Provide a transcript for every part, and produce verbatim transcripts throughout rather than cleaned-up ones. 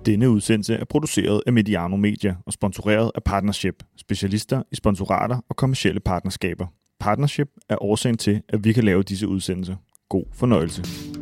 Denne udsendelse er produceret af Mediano Media og sponsoreret af Partnership, specialister i sponsorater og kommercielle partnerskaber. Partnership er årsagen til, at vi kan lave disse udsendelser. God fornøjelse.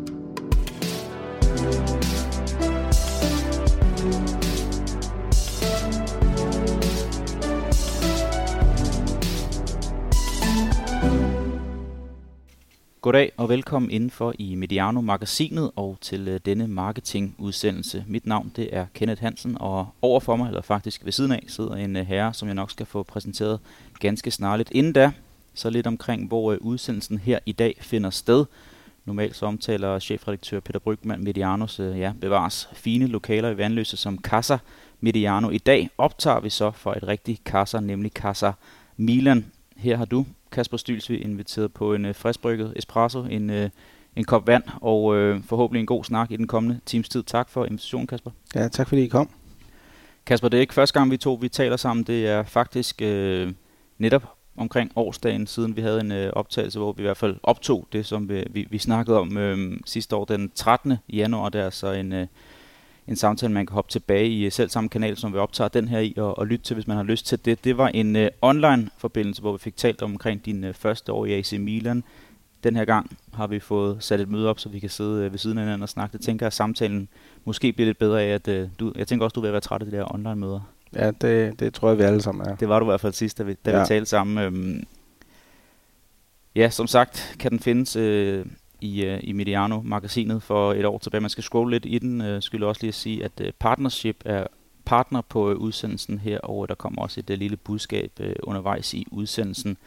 Goddag og velkommen indenfor i Mediano Magasinet og til uh, denne marketingudsendelse. Mit navn det er Kenneth Hansen, og overfor mig, eller faktisk ved siden af, sidder en uh, herre, som jeg nok skal få præsenteret ganske snarligt. Inden da, så lidt omkring, hvor uh, udsendelsen her i dag finder sted. Normalt så omtaler chefredaktør Peter Brygmann Medianos uh, ja, bevares fine lokaler i Vanløse som Casa Mediano. I dag optager vi så for et rigtigt Casa, nemlig Casa Milan. Her har du, Kasper Stylsvig, inviteret på en øh, friskbrygget espresso, en, øh, en kop vand og øh, forhåbentlig en god snak i den kommende times tid. Tak for invitationen, Kasper. Ja, tak fordi I kom. Kasper, det er ikke første gang, vi to vi taler sammen. Det er faktisk øh, netop omkring årsdagen, siden vi havde en øh, optagelse, hvor vi i hvert fald optog det, som vi, vi, vi snakkede om øh, sidste år, den trettende januar. Det er så en... Øh, En samtale, man kan hoppe tilbage i selv samme kanal, som vi optager den her i, og, og lytte til, hvis man har lyst til det. Det var en uh, online-forbindelse, hvor vi fik talt omkring din uh, første år i A C Milan. Den her gang har vi fået sat et møde op, så vi kan sidde uh, ved siden af hinanden og snakke. Det tænker jeg, at samtalen måske bliver lidt bedre af, at uh, du... Jeg tænker også, du vil være træt af de der online-møder. Ja, det, det tror jeg, vi alle sammen er. Det var du i hvert fald sidst, da vi, da ja. vi talte sammen. Um, ja, som sagt, kan den findes... Uh, i, uh, i Mediano Magasinet for et år tilbage. Man skal scrolle lidt i den. Uh, skulle også lige sige, at uh, Partnership er partner på uh, udsendelsen her, og uh, der kommer også et uh, lille budskab uh, undervejs i udsendelsen.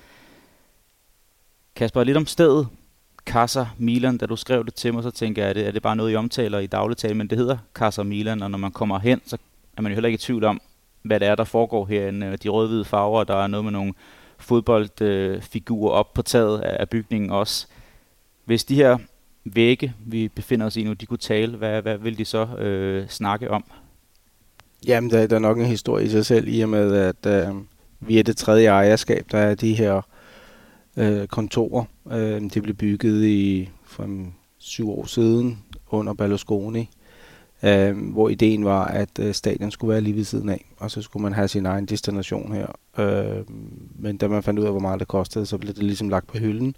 Kasper, lidt om stedet. Casa Milan. Da du skrev det til mig, så tænker jeg, at det, er det bare noget, I omtaler i dagligtale, men det hedder Casa Milan, og når man kommer hen, så er man jo heller ikke i tvivl om, hvad det er, der foregår herinde. De rød-hvide farver, der er noget med nogle fodboldfigurer uh, op på taget af, af bygningen også. Hvis de her vægge, vi befinder os i nu, de kunne tale, hvad, hvad vil de så øh, snakke om? Jamen, der, der er nok en historie i sig selv, i og med, at øh, vi er det tredje ejerskab, der er de her øh, kontorer. Øh, de blev bygget i for en, syv år siden under Berlusconi, øh, hvor ideen var, at øh, stadion skulle være lige ved siden af, og så skulle man have sin egen destination her. Øh, men da man fandt ud af, hvor meget det kostede, så blev det ligesom lagt på hylden.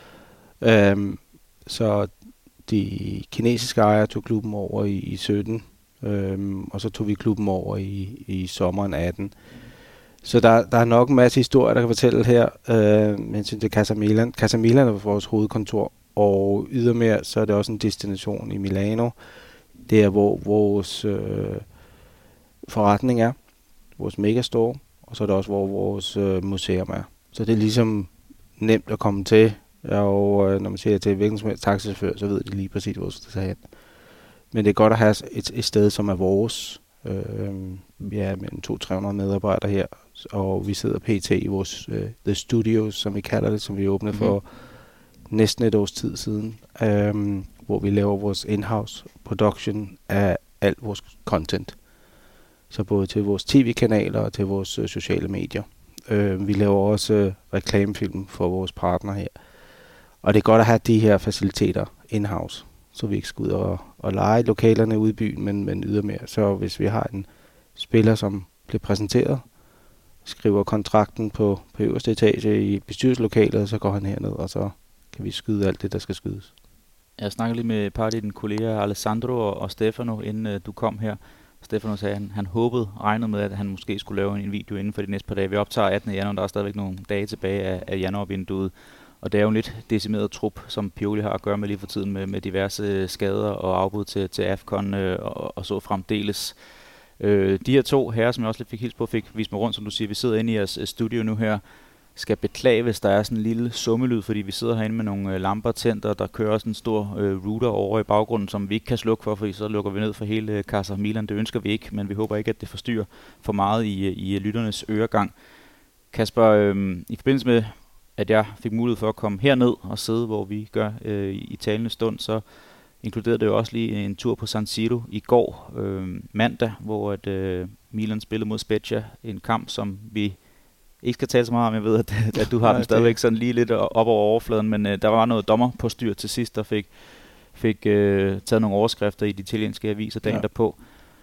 Øh, Så de kinesiske ejere tog klubben over i, i sytten, øhm, og så tog vi klubben over i, i sommeren atten. Så der, der er nok en masse historier, der kan fortælle her, øh, mens det er Casa Milan. Casa Milan er vores hovedkontor, og ydermere så er det også en destination i Milano. Det er, hvor vores øh, forretning er, vores megastore, og så er det også, hvor vores øh, museum er. Så det er ligesom nemt at komme til. Og øh, når man siger til hvilken som helst taxichauffør, så ved de lige præcis, hvor det er hen. Men det er godt at have et, et sted, som er vores. Øh, vi er mellem to til tre hundrede medarbejdere her, og vi sidder pt. I vores øh, The Studios, som vi kalder det, som vi åbnede mm. for næsten et års tid siden, øh, hvor vi laver vores in-house production af alt vores content. Så både til vores tv-kanaler og til vores øh, sociale medier. Øh, vi laver også øh, reklamefilm for vores partner her. Og det er godt at have de her faciliteter in-house, så vi ikke skal ud og, og lege lokalerne ude i byen, men, men ydermere. Så hvis vi har en spiller, som bliver præsenteret, skriver kontrakten på, på øverste etage i bestyrelseslokalet, så går han herned, og så kan vi skyde alt det, der skal skydes. Jeg snakkede lige med et par af dine kolleger, Alessandro og, og Stefano, inden uh, du kom her. Stefano sagde, at han, han håbede, regnede med, at han måske skulle lave en video inden for de næste par dage. Vi optager attende januar, der er stadigvæk nogle dage tilbage af, af januarvinduet. Og det er jo en lidt decimeret trup, som Pioli har at gøre med lige for tiden, med, med diverse skader og afbud til, til AFCON øh, og, og så fremdeles. Øh, de her to herrer, som jeg også lidt fik hils på, fik vist mig rundt, som du siger, vi sidder inde i jeres studio nu her, skal beklage, hvis der er sådan en lille summelyd, fordi vi sidder herinde med nogle øh, lamper tændt, og der kører sådan en stor øh, router over i baggrunden, som vi ikke kan slukke for, fordi så lukker vi ned for hele øh, Casa Milan. Det ønsker vi ikke, men vi håber ikke, at det forstyrrer for meget i, i lytternes øregang. Kasper, øh, i forbindelse med at jeg fik mulighed for at komme herned og sidde, hvor vi gør øh, i talende stund, så inkluderede det jo også lige en tur på San Siro i går, øh, mandag, hvor at, øh, Milan spillede mod Spezia, en kamp, som vi ikke skal tale så meget om. Jeg ved, at, at du har den stadigvæk sådan lige lidt op over overfladen, men øh, der var noget dommer på styr til sidst, der fik, fik øh, taget nogle overskrifter i de italienske aviser dagen ja. derpå.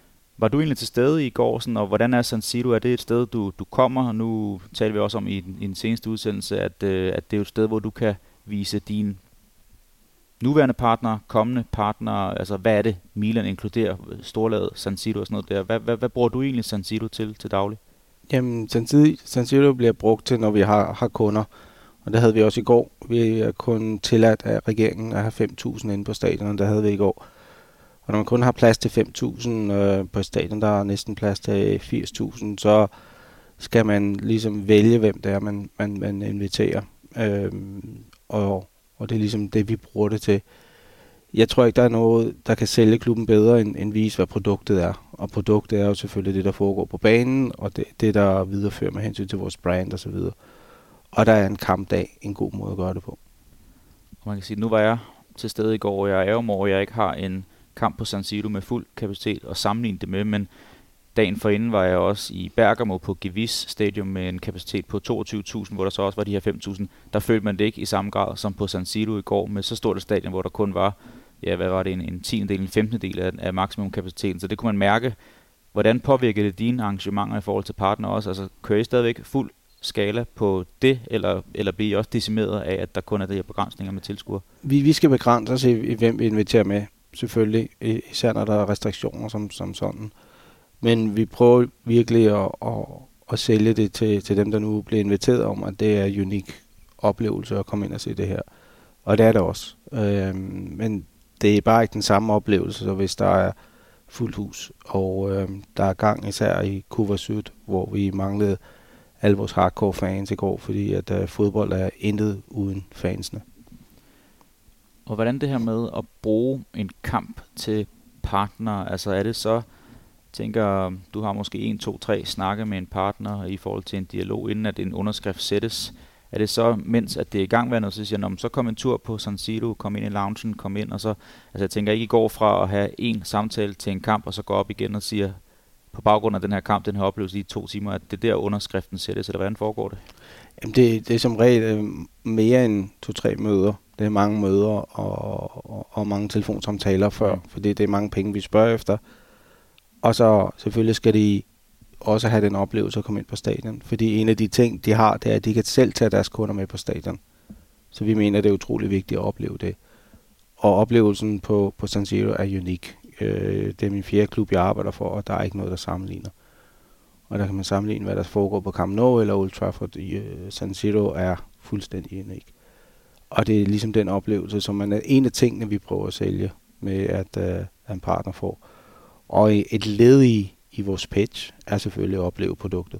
var du egentlig til stede i går, sådan, og hvordan er San Siro? Er det et sted, du, du kommer? Nu talte vi også om i den, i den seneste udsendelse, at, øh, at det er et sted, hvor du kan vise dine nuværende partner, kommende partner, altså hvad er det, Milan inkluderer, storlaget, San Siro og sådan noget der. Hvad, hvad, hvad bruger du egentlig San Siro til til daglig? Jamen, San Siro bliver brugt til, når vi har, har kunder. Og det havde vi også i går. Vi er kun tilladt af regeringen at have fem tusind inde på stadion, og det havde vi i går. Og når man kun har plads til fem tusind øh, på stadion, der er næsten plads til firs tusind, så skal man ligesom vælge, hvem det er, man, man, man inviterer. Øhm, og, og det er ligesom det, vi bruger det til. Jeg tror ikke, der er noget, der kan sælge klubben bedre, end, end vise, hvad produktet er. Og produktet er jo selvfølgelig det, der foregår på banen, og det, det der viderefører med hensyn til vores brand osv. Og der er en kampdag en god måde at gøre det på. Og man kan sige, nu var jeg til stede i går, og jeg er ærgerlig over, at jeg ikke har en kamp på San Siro med fuld kapacitet og sammenligne det med, men dagen forinden var jeg også i Bergamo på Gewiss Stadium med en kapacitet på toogtyve tusind, hvor der så også var de her fem tusind. Der følte man det ikke i samme grad som på San Siro i går med så stort et stadion, hvor der kun var, ja, hvad var det, en, en tiendedel, en femtendedel af, af maksimumkapaciteten. Så det kunne man mærke. Hvordan påvirker det dine arrangementer i forhold til partner også? Altså kører I stadigvæk fuld skala på det, eller, eller bliver I også decimeret af, at der kun er de her begrænsninger med tilskuere? Vi, vi skal begrænse os i, i, hvem vi inviterer med, selvfølgelig, især når der er restriktioner som, som sådan. Men vi prøver virkelig at, at, at sælge det til, til dem, der nu bliver inviteret om, at det er en unik oplevelse at komme ind og se det her. Og det er det også. Øhm, men det er bare ikke den samme oplevelse, så hvis der er fuldt hus, og øhm, der er gang især i Kuva Syd, hvor vi manglede alle vores hardcore fans i går, fordi at øh, fodbold er intet uden fansene. Og hvordan det her med at bruge en kamp til partner, altså er det så, tænker, du har måske en, to, tre snakke med en partner i forhold til en dialog, inden at en underskrift sættes. Er det så, mens at det er i gang, så siger jeg, så kom en tur på San Siro, kom ind i loungen, kom ind, og så, altså jeg tænker ikke, I går fra at have en samtale til en kamp, og så går op igen og siger, på baggrund af den her kamp, den her oplevelse i to timer, at det der underskriften sættes, eller hvordan foregår det? Jamen det, det er som regel øh, mere end to-tre møder. Det er mange møder og, og, og mange telefonsamtaler før, fordi det er mange penge, vi spørger efter. Og så selvfølgelig skal de også have den oplevelse at komme ind på stadion, fordi en af de ting, de har, det er, at de kan selv tage deres kunder med på stadion. Så vi mener, det er utrolig vigtigt at opleve det. Og oplevelsen på, på San Siro er unik. Det er min fjerde klub, jeg arbejder for, og der er ikke noget, der sammenligner. Og der kan man sammenligne, hvad der foregår på Camp Nou eller Old Trafford. I uh, San Siro er fuldstændig unik. Og det er ligesom den oplevelse, som man er en af tingene, vi prøver at sælge med, at, uh, at en partner får. Og et led i, i vores pitch er selvfølgelig at opleve produktet.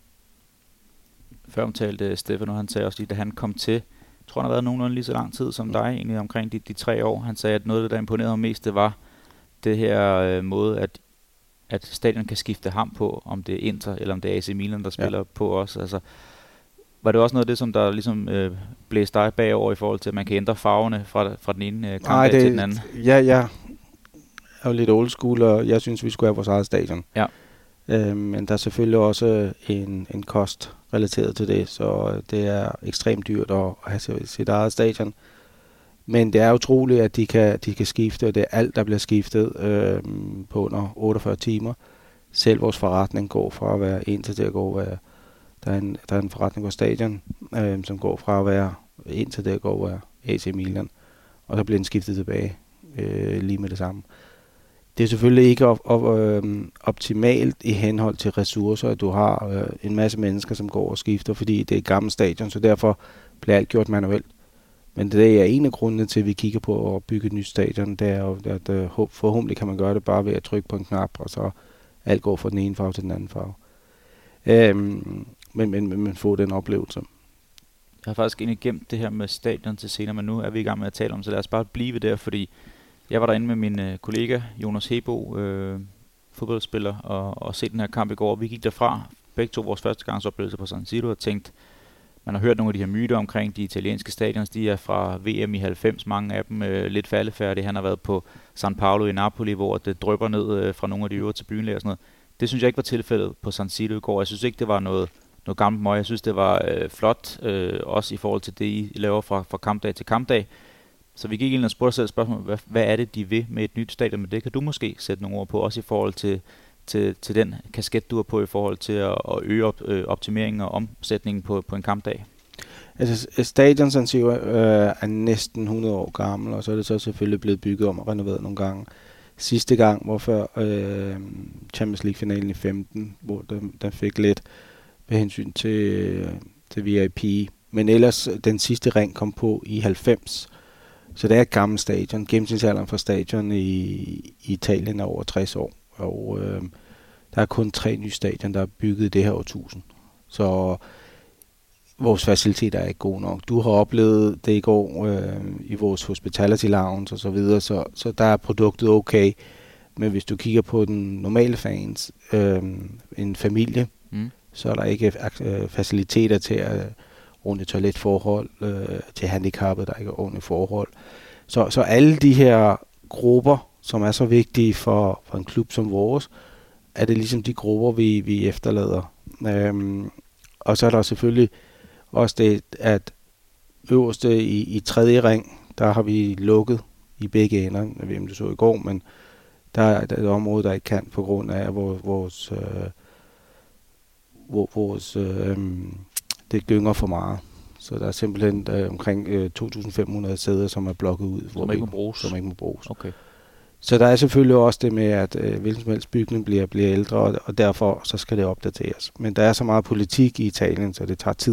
Før omtalte Stefano, han sagde også lige, da han kom til, jeg tror, han har været nogenlunde lige så lang tid som dig, egentlig omkring de, de tre år. Han sagde, at noget af det, der imponerede ham mest, det var det her øh, måde, at, at stadion kan skifte ham på, om det er Inter, eller om det er A C Milan, der spiller ja. på os. Altså, var det også noget af det, som der ligesom øh, blæste dig bagover i forhold til, at man kan ændre farverne fra, fra den ene øh, kamp til den anden? Ja, ja. Jeg er jo lidt old school, og jeg synes, vi skulle have vores eget stadion. Ja. Øh, men der er selvfølgelig også en, en kost relateret til det, så det er ekstremt dyrt at have sit eget stadion. Men det er utroligt, at de kan, de kan skifte, og det er alt, der bliver skiftet øh, på under otteogfyrre timer. Selv vores forretning går fra at være en til det at gå at være, der er en, der er en forretning på stadion, øh, som går fra at være en til det at gå at være A C Milan, og så bliver den skiftet tilbage øh, lige med det samme. Det er selvfølgelig ikke op, op, øh, optimalt i henhold til ressourcer, at du har øh, en masse mennesker, som går og skifter, fordi det er et gammelt stadion, så derfor bliver alt gjort manuelt. Men det er en af grundene til, at vi kigger på at bygge et nyt stadion. Det er jo, at uh, forhåbentlig kan man gøre det bare ved at trykke på en knap, og så alt går fra den ene farve til den anden farve. Øhm, men, men, men man får den oplevelse. Jeg har faktisk egentlig gemt det her med stadion til senere, men nu er vi i gang med at tale om, så lad os bare blive der, fordi jeg var derinde med min øh, kollega Jonas Hebo, øh, fodboldspiller, og, og set den her kamp i går. Vi gik derfra, begge to vores første gangs oplevelse på San Siro, og tænkte, man har hørt nogle af de her myter omkring de italienske stadions. De er fra V M i halvfems, mange af dem øh, lidt faldefærdige. Han har været på San Paolo i Napoli, hvor det drypper ned øh, fra nogle af de øvrige tribunelæger og sådan noget. Det synes jeg ikke var tilfældet på San Siro i går. Jeg synes ikke, det var noget, noget gammelt møg. Jeg synes, det var øh, flot, øh, også i forhold til det, I laver fra, fra kampdag til kampdag. Så vi gik ind og spurgte selv spørgsmål, hvad, hvad er det, de vil med et nyt stadion? Men det kan du måske sætte nogle ord på, også i forhold til, til, til den kasket, du har på i forhold til at, at øge op, øh, optimeringen og omsætningen på, på en kampdag? Altså, stadion San Siro øh, er næsten hundrede år gammel, og så er det så selvfølgelig blevet bygget om og renoveret nogle gange. Sidste gang var før øh, Champions League-finalen i femten, hvor den, den fik lidt med hensyn til, til V I P. Men ellers, den sidste ring kom på i halvfems. Så det er et gammelt stadion. Gennemsnitsalderen for stadion i, i Italien er over tres år. Og øh, der er kun tre nye stadion, der er bygget i det her årtusind. Så vores faciliteter er ikke gode nok. Du har oplevet det i går øh, i vores hospitality lounge og så videre, så, så der er produktet okay. Men hvis du kigger på den normale fans, øh, en familie, mm. så er der ikke øh, faciliteter til at ordentligt toiletforhold, øh, til handicappede, der ikke er ordentligt forhold. Så, så alle de her grupper, som er så vigtige for, for en klub som vores, er det ligesom de grupper, vi, vi efterlader. Øhm, og så er der selvfølgelig også det, at øverste i, i tredje ring, der har vi lukket i begge ender. Jeg ved, om du så i går, men der er, der er et område, der ikke kan på grund af vores, vores, øh, vores øh, det gynger for meget. Så der er simpelthen øh, omkring øh, to tusind fem hundrede sæder, som er blokket ud. Som ikke må bruges? Som ikke må bruges. Okay. Så der er selvfølgelig også det med, at øh, hvilken som helst bygning bliver, bliver ældre, og, og derfor så skal det opdateres. Men der er så meget politik i Italien, så det tager tid.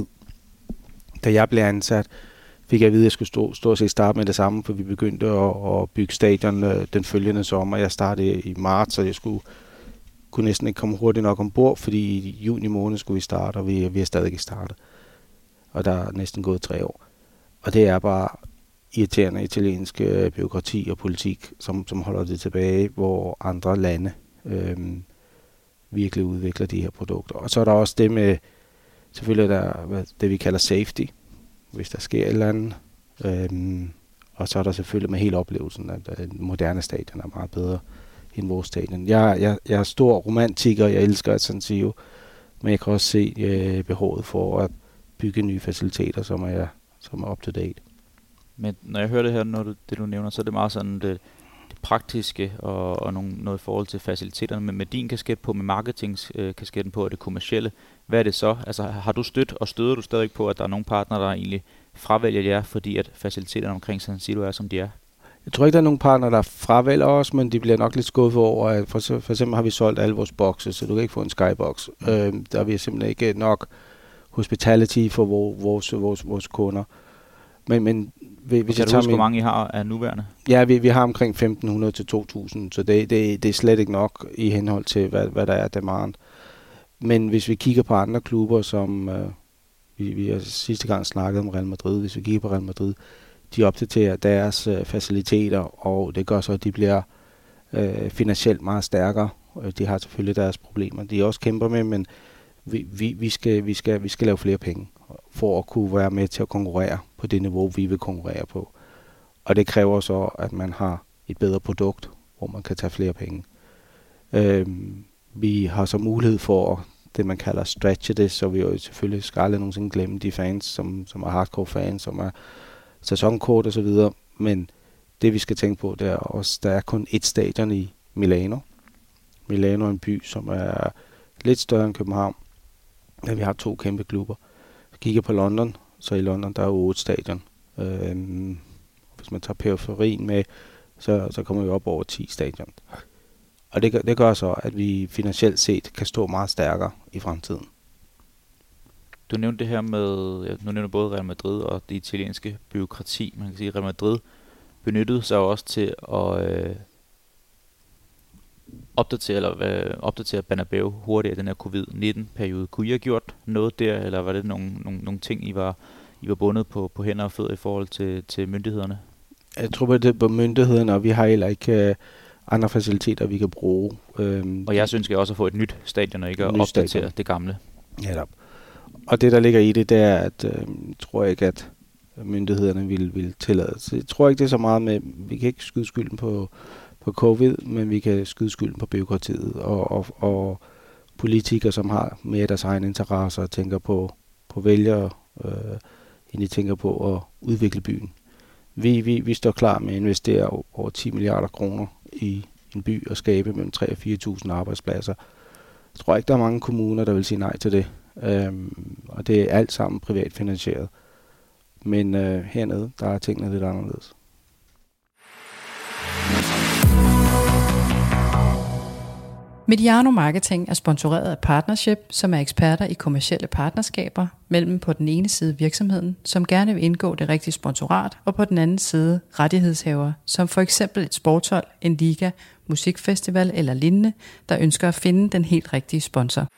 Da jeg blev ansat, fik jeg at vide, at jeg skulle stå, stå og se starte med det samme, for vi begyndte at, at bygge stadion øh, den følgende sommer. Jeg startede i marts, så jeg skulle kunne næsten ikke komme hurtigt nok ombord, fordi i juni måned skulle vi starte, og vi, vi har stadig ikke startet. Og der er næsten gået tre år. Og det er bare irriterende italiensk øh, bureaukrati og politik, som, som holder det tilbage, hvor andre lande øh, virkelig udvikler de her produkter. Og så er der også det med, selvfølgelig der hvad, det vi kalder safety, hvis der sker et eller andet. Øh, og så er der selvfølgelig med hele oplevelsen, at øh, moderne stadion er meget bedre end vores stadion. Jeg, jeg, jeg er stor romantiker, jeg elsker San Siro, men jeg kan også se øh, behovet for at bygge nye faciliteter, som er, som er up to date. Men når jeg hører det her, når du, det du nævner, så er det meget sådan det, det praktiske og, og nogle, noget i forhold til faciliteterne. Men med din kasket på, med marketingskasketten på og det kommercielle, hvad er det så? Altså har du stødt og støder du stadig på, at der er nogle partnere, der egentlig fravælger jer, fordi at faciliteterne omkring San Siro er, som de er? Jeg tror ikke, der er nogen partnere, der fravælger os, men de bliver nok lidt skuffet over, at for, for eksempel har vi solgt alle vores bokse, så du kan ikke få en skybox. Mm. Øh, der er vi simpelthen ikke nok hospitality for vores, vores, vores, vores kunder. Men, men hvis kan du huske, hvor mange I har af nuværende? Ja, vi, vi har omkring femten hundrede til to tusind, så det, det, det er slet ikke nok i henhold til, hvad, hvad der er demand. Men hvis vi kigger på andre klubber, som øh, vi, vi har sidste gang snakket om Real Madrid, hvis vi kigger på Real Madrid, de opdaterer deres øh, faciliteter, og det gør så, at de bliver øh, finansielt meget stærkere. De har selvfølgelig deres problemer, de også kæmper med, men vi, vi, vi, skal, vi, skal, vi skal lave flere penge for at kunne være med til at konkurrere på det niveau, vi vil konkurrere på. Og det kræver så, at man har et bedre produkt, hvor man kan tage flere penge. Øhm, vi har så mulighed for det, man kalder stretche det, så vi jo selvfølgelig skal aldrig nogensinde glemme de fans, som, som er hardcore fans, som er sæsonkort og så videre. Men det, vi skal tænke på, det er også, der er kun ét stadion i Milano. Milano er en by, som er lidt større end København. Men vi har to kæmpe klubber. Hvis kigger på London, så i London der er jo otte stadion. Øhm, hvis man tager periferien med, så, så kommer vi op over ti stadion. Og det gør, det gør så, at vi finansielt set kan stå meget stærkere i fremtiden. Du nævnte det her med, nu nævner både Real Madrid og det italienske bureaukrati. Man kan sige, at Real Madrid benyttede sig også til at øh, opdatere, eller, øh, opdatere Bernabeu hurtigt af den her covid nitten periode. Kunne I have gjort noget der, eller var det nogle, nogle, nogle ting, I var, I var bundet på, på hænder og fødder i forhold til, til myndighederne? Jeg tror på det på myndighederne, og vi har heller ikke øh, andre faciliteter, vi kan bruge. Øhm, og jeg synes også at få et nyt stadion, og ikke at opdatere stadion. Det gamle. Ja, da. Og det, der ligger i det, det er, at øh, jeg tror ikke, at myndighederne vil, vil tillade. Så jeg tror ikke, det er så meget med, vi kan ikke skyde skylden på, på covid, men vi kan skyde skylden på bureaukratiet og, og, og politikere, som har mere deres egne interesser og tænker på, på vælgere, øh, end de tænker på at udvikle byen. Vi, vi, vi står klar med at investere over ti milliarder kroner i, i en by og skabe mellem tre og fire tusind arbejdspladser. Jeg tror ikke, der er mange kommuner, der vil sige nej til det. Øhm, og det er alt sammen privat finansieret. Men øh, hernede, der er tingene lidt anderledes. Mediano Marketing er sponsoreret af Partnership, som er eksperter i kommercielle partnerskaber mellem på den ene side virksomheden, som gerne vil indgå det rigtige sponsorat, og på den anden side rettighedshaver, som for eksempel et sportshold, en liga, musikfestival eller lignende, der ønsker at finde den helt rigtige sponsor.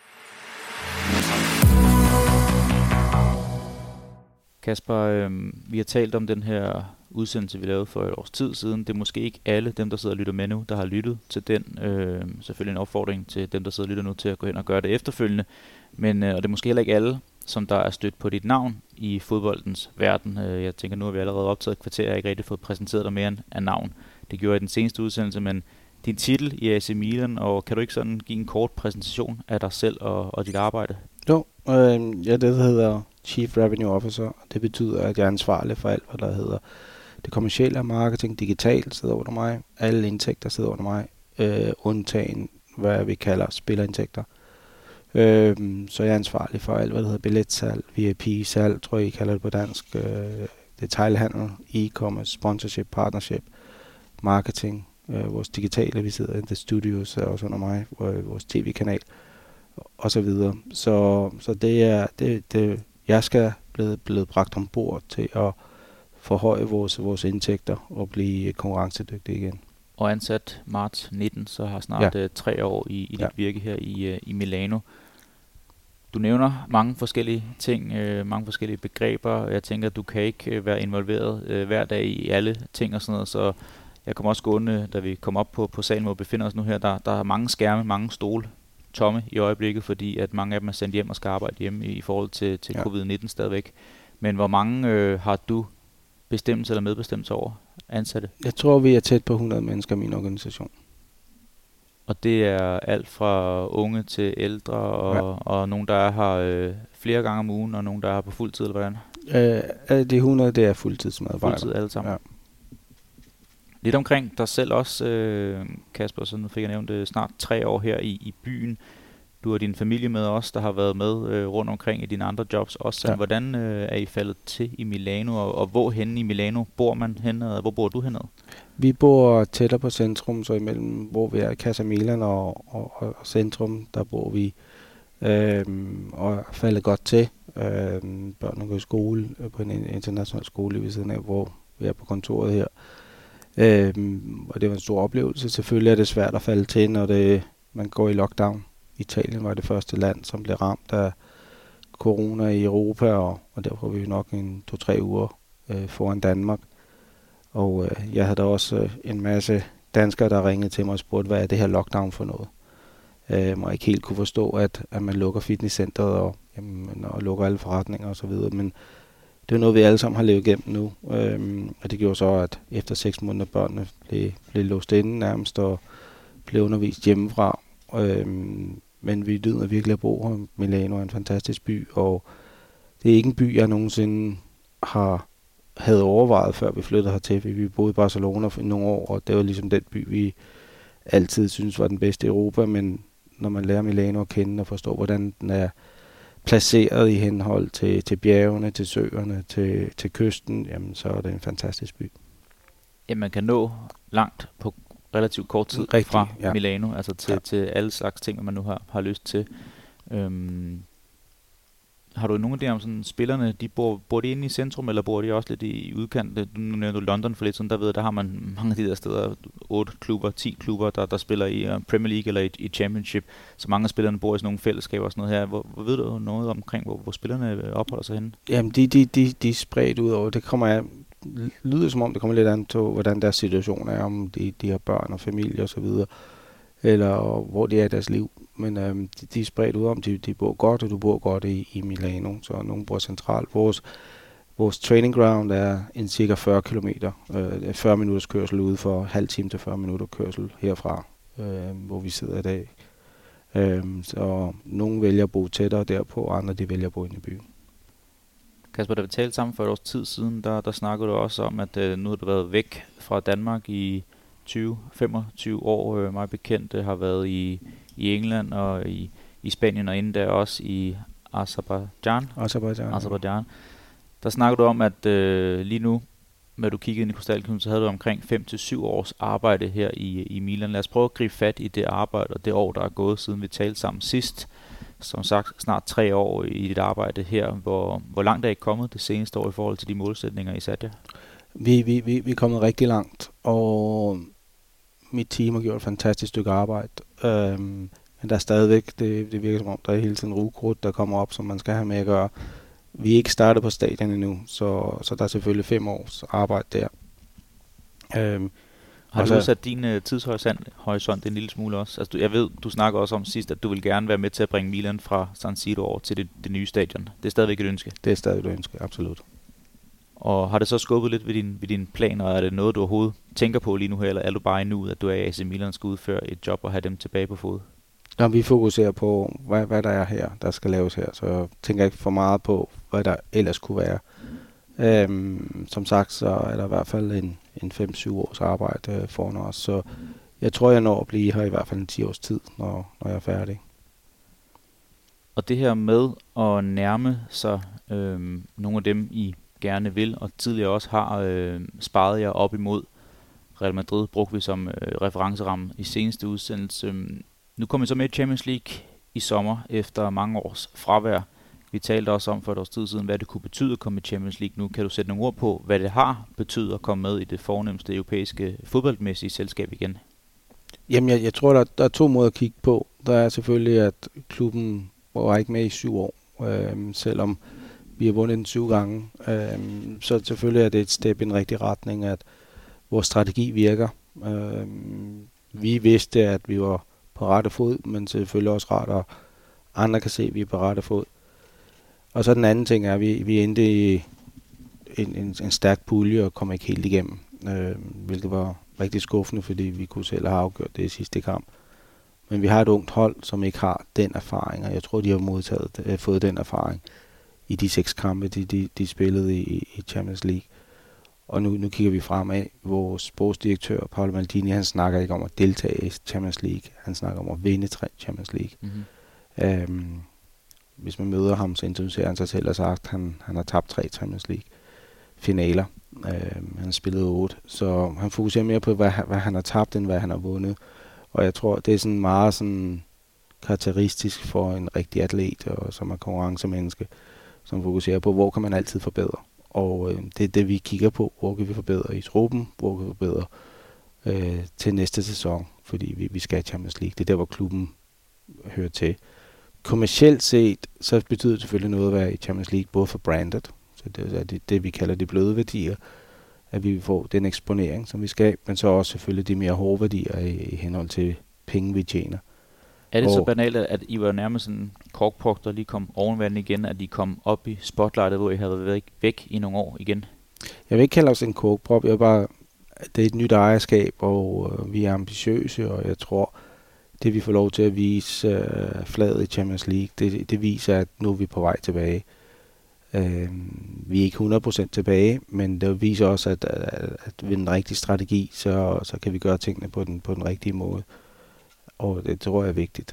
Kasper, øh, vi har talt om den her udsendelse, vi lavede for et års tid siden. Det er måske ikke alle dem, der sidder og lytter med nu, der har lyttet til den. Øh, selvfølgelig en opfordring til dem, der sidder og lytter nu, til at gå hen og gøre det efterfølgende. Men, øh, og det er måske heller ikke alle, som der er stødt på dit navn i fodboldens verden. Øh, jeg tænker, nu har vi allerede optaget et kvarter, jeg har ikke rigtig fået præsenteret dig mere end af navn. Det gjorde jeg i den seneste udsendelse, men din titel i A C Milan, og kan du ikke sådan give en kort præsentation af dig selv og, og dit arbejde? Jo, øh, ja, det hedder Chief Revenue Officer, og det betyder, at jeg er ansvarlig for alt, hvad der hedder det kommercielle marketing, digitalt sidder under mig, alle indtægter sidder under mig, øh, undtagen hvad vi kalder spillerindtægter. Øh, så jeg er ansvarlig for alt, hvad der hedder billetsalg, V I P-salg, tror jeg, I kalder det på dansk, øh, detailhandel, e-commerce, sponsorship, partnership, marketing, øh, vores digitale, vi sidder i The Studios, er også under mig, vores tv-kanal, og så videre. Så, så det er, det, det, jeg skal blive, blive bragt ombord til at forhøje vores, vores indtægter og blive konkurrencedygtige igen. Og ansat marts nitten, så har snart ja. uh, tre år i, i dit ja. virke her i, uh, i Milano. Du nævner mange forskellige ting, uh, mange forskellige begreber. Jeg tænker, at du kan ikke uh, være involveret uh, hver dag i alle ting og sådan noget, så jeg kommer også gående, da vi kommer op på, på salen, hvor vi befinder os nu her, der, der er mange skærme, mange stole tomme i øjeblikket, fordi at mange af dem er sendt hjem og skal arbejde hjemme i, i forhold til, til ja. covid nitten stadigvæk. Men hvor mange øh, har du bestemmelse eller medbestemmelse over ansatte? Jeg tror, vi er tæt på hundrede mennesker i min organisation. Og det er alt fra unge til ældre, og, ja. og nogen, der er her øh, flere gange om ugen, og nogen, der er her på fuld tid, eller hvordan? Øh, de hundrede, det er fuldtidsmedarbejdere. Fuldtid alle sammen. Ja. Lidt omkring dig selv også, øh, Kasper, så nu fik jeg nævnt det, snart tre år her i, i byen. Du har din familie med også, der har været med øh, rundt omkring i dine andre jobs også. Ja. Hvordan øh, er I faldet til i Milano, og, og hvor henne i Milano bor man henne, og hvor bor du henne? Vi bor tættere på centrum, så imellem, hvor vi er i Casa Milan og, og, og centrum, der bor vi øh, og er faldet godt til. Øh, børnene går i skole på en international skole ved siden af, hvor vi er på kontoret her. Øhm, og det var en stor oplevelse. Selvfølgelig er det svært at falde til, når det, man går i lockdown. Italien var det første land, som blev ramt af corona i Europa, og, og derfor var vi nok en to-tre uger øh, foran Danmark. Og øh, jeg havde da også øh, en masse danskere, der ringede til mig og spurgte, hvad er det her lockdown for noget? Øh, og ikke helt kunne forstå, at, at man lukker fitnesscenteret og, jamen, og lukker alle forretninger osv., men det er noget, vi alle sammen har levet igennem nu, øhm, og det gjorde så, at efter seks måneder børnene blev, blev låst inde nærmest og blev undervist hjemmefra. Øhm, men vi lyder virkelig at bo her. Milano er en fantastisk by, og det er ikke en by, jeg nogensinde har havde overvejet, før vi flyttede hertil. Vi boede i Barcelona for nogle år, og det var ligesom den by, vi altid synes var den bedste i Europa, men når man lærer Milano at kende og forstår, hvordan den er placeret i henhold til, til bjergene, til søerne, til, til kysten, jamen så er det en fantastisk by. Ja, man kan nå langt på relativt kort tid Rigtig, fra ja. Milano, altså til, ja. til alle slags ting, man nu har, har lyst til. Øhm, har du nogle af de om sådan spillerne, de bor, bor de inde i centrum, eller bor de også lidt i udkanten? Nu nævnte du London for lidt sådan, der ved der har man mange af de der steder, otte klubber, ti klubber, der, der spiller i uh, Premier League eller i, i Championship, så mange af spillerne bor i sådan nogle fællesskaber og sådan noget her. Hvor, hvor ved du noget omkring, hvor, hvor spillerne opholder sig henne? Jamen, de, de, de, de er spredt ud over. Det kommer af, lyder som om, det kommer lidt an til, hvordan deres situation er, om de, de har børn og familie og så videre, eller hvor de er i deres liv. Men øhm, de, de er spredt ud om, de, de bor godt, og du bor godt i, i Milano, så nogen bor centralt. Vores, vores training ground er en cirka fyrre kilometer, øh, fyrre minutters kørsel ude for halv time til fyrre minutter kørsel herfra, øh, hvor vi sidder i dag. Øh, så nogen vælger at bo tættere derpå, og andre de vælger at bo inde i byen. Kasper, da vi talte sammen for et års tid siden, der, der snakkede du også om, at øh, nu har du været væk fra Danmark i tyve til femogtyve år, øh, meget bekendt, øh, har været i, i England og i, i Spanien, og inden der også i Azerbaijan. Azerbaijan. Azerbaijan. Der snakker du om, at øh, lige nu, når du kiggede ind i krystalkuglen, så havde du omkring fem til syv års arbejde her i, i Milan. Lad os prøve at gribe fat i det arbejde og det år, der er gået, siden vi talte sammen sidst. Som sagt, snart tre år i dit arbejde her. Hvor, hvor langt er I kommet det seneste år i forhold til de målsætninger, I satte jer? Vi, vi, vi, vi er kommet rigtig langt, og mit team har gjort et fantastisk stykke arbejde. Øhm, men der er stadigvæk, det, det virker som om, der er hele tiden rugekrudt, der kommer op, som man skal have med at gøre. Vi er ikke startet på stadion endnu, så, så der er selvfølgelig fem års arbejde der. Øhm, har du sat din uh, tidshorisont en lille smule også? Altså, du, jeg ved, du snakker også om sidst, at du vil gerne være med til at bringe Milan fra San Siro over til det, det nye stadion. Det er stadigvæk et ønske? Det er stadigvæk et ønske, absolut. Og har det så skubbet lidt ved din, ved din planer, og er det noget, du overhovedet tænker på lige nu her, eller er du bare endnu, at du er i A C Milan, skal udføre et job og have dem tilbage på fod? Når vi fokuserer på, hvad, hvad der er her, der skal laves her, så jeg tænker ikke for meget på, hvad der ellers kunne være. Øhm, som sagt, så er der i hvert fald en, en fem til syv års arbejde øh, foran os, så jeg tror, jeg når at blive her i hvert fald en ti års tid, når, når jeg er færdig. Og det her med at nærme sig øh, nogle af dem, I gerne vil, og tidligere også har øh, sparet jer op imod Real Madrid, brugte vi som øh, referenceramme i seneste udsendelse. Nu kommer vi så med i Champions League i sommer, efter mange års fravær. Vi talte også om for et års tid siden, hvad det kunne betyde at komme i Champions League. Nu kan du sætte nogle ord på, hvad det har betydet at komme med i det fornemste europæiske fodboldmæssige selskab igen. Jamen, jeg, jeg tror, der, der er to måder at kigge på. Der er selvfølgelig, at klubben var ikke med i syv år, øh, selvom vi har vundet den syv gange. Øh, så selvfølgelig er det et step i en rigtig retning, at vores strategi virker. Øh, vi vidste, at vi var på rette fod, men selvfølgelig også rart, at andre kan se, at vi er på rette fod. Og så den anden ting er, at vi, vi endte i en, en, en stærk pulje og kom ikke helt igennem, øh, hvilket var rigtig skuffende, fordi vi kunne selv have afgjort det i sidste kamp. Men vi har et ungt hold, som ikke har den erfaring, og jeg tror, de har modtaget, øh, fået den erfaring i de seks kampe, de, de, de spillede i, i Champions League. Og nu, nu kigger vi fremad. Vores sportsdirektør, Paolo Maldini, han snakker ikke om at deltage i Champions League. Han snakker om at vinde Champions League. Mm-hmm. Øhm, hvis man møder ham, så introducerer han sig selv og sagt, at han, han har tabt tre Champions League finaler. Øhm, han har spillet otte. Så han fokuserer mere på, hvad, hvad han har tabt, end hvad han har vundet. Og jeg tror, det er sådan meget sådan karakteristisk for en rigtig atlet, og som er konkurrencemenneske, som fokuserer på, hvor kan man altid forbedre. Og øh, det er det, vi kigger på. Hvor kan vi forbedre i truppen? Hvor kan vi forbedre øh, til næste sæson? Fordi vi, vi skal i Champions League. Det er der, hvor klubben hører til. Kommercielt set, så betyder det selvfølgelig noget at være i Champions League, både for brandet, så det er det, det vi kalder de bløde værdier, at vi får den eksponering, som vi skal, men så også selvfølgelig de mere hårde værdier i, i henhold til penge, vi tjener. Er det og så banalt, at I var nærmest sådan en korkpok, der lige kom ovenvanden igen, at I kom op i spotlightet, hvor I havde været væk, væk i nogle år igen? Jeg vil ikke kalde os en korkprop, jeg er bare, det er et nyt ejerskab, og øh, vi er ambitiøse, og jeg tror, det vi får lov til at vise øh, fladet i Champions League, det, det viser, at nu er vi på vej tilbage. Øh, vi er ikke hundrede procent tilbage, men det viser også, at, at, at ved den rigtige strategi, så, så kan vi gøre tingene på den, på den rigtige måde. Og det tror jeg er vigtigt.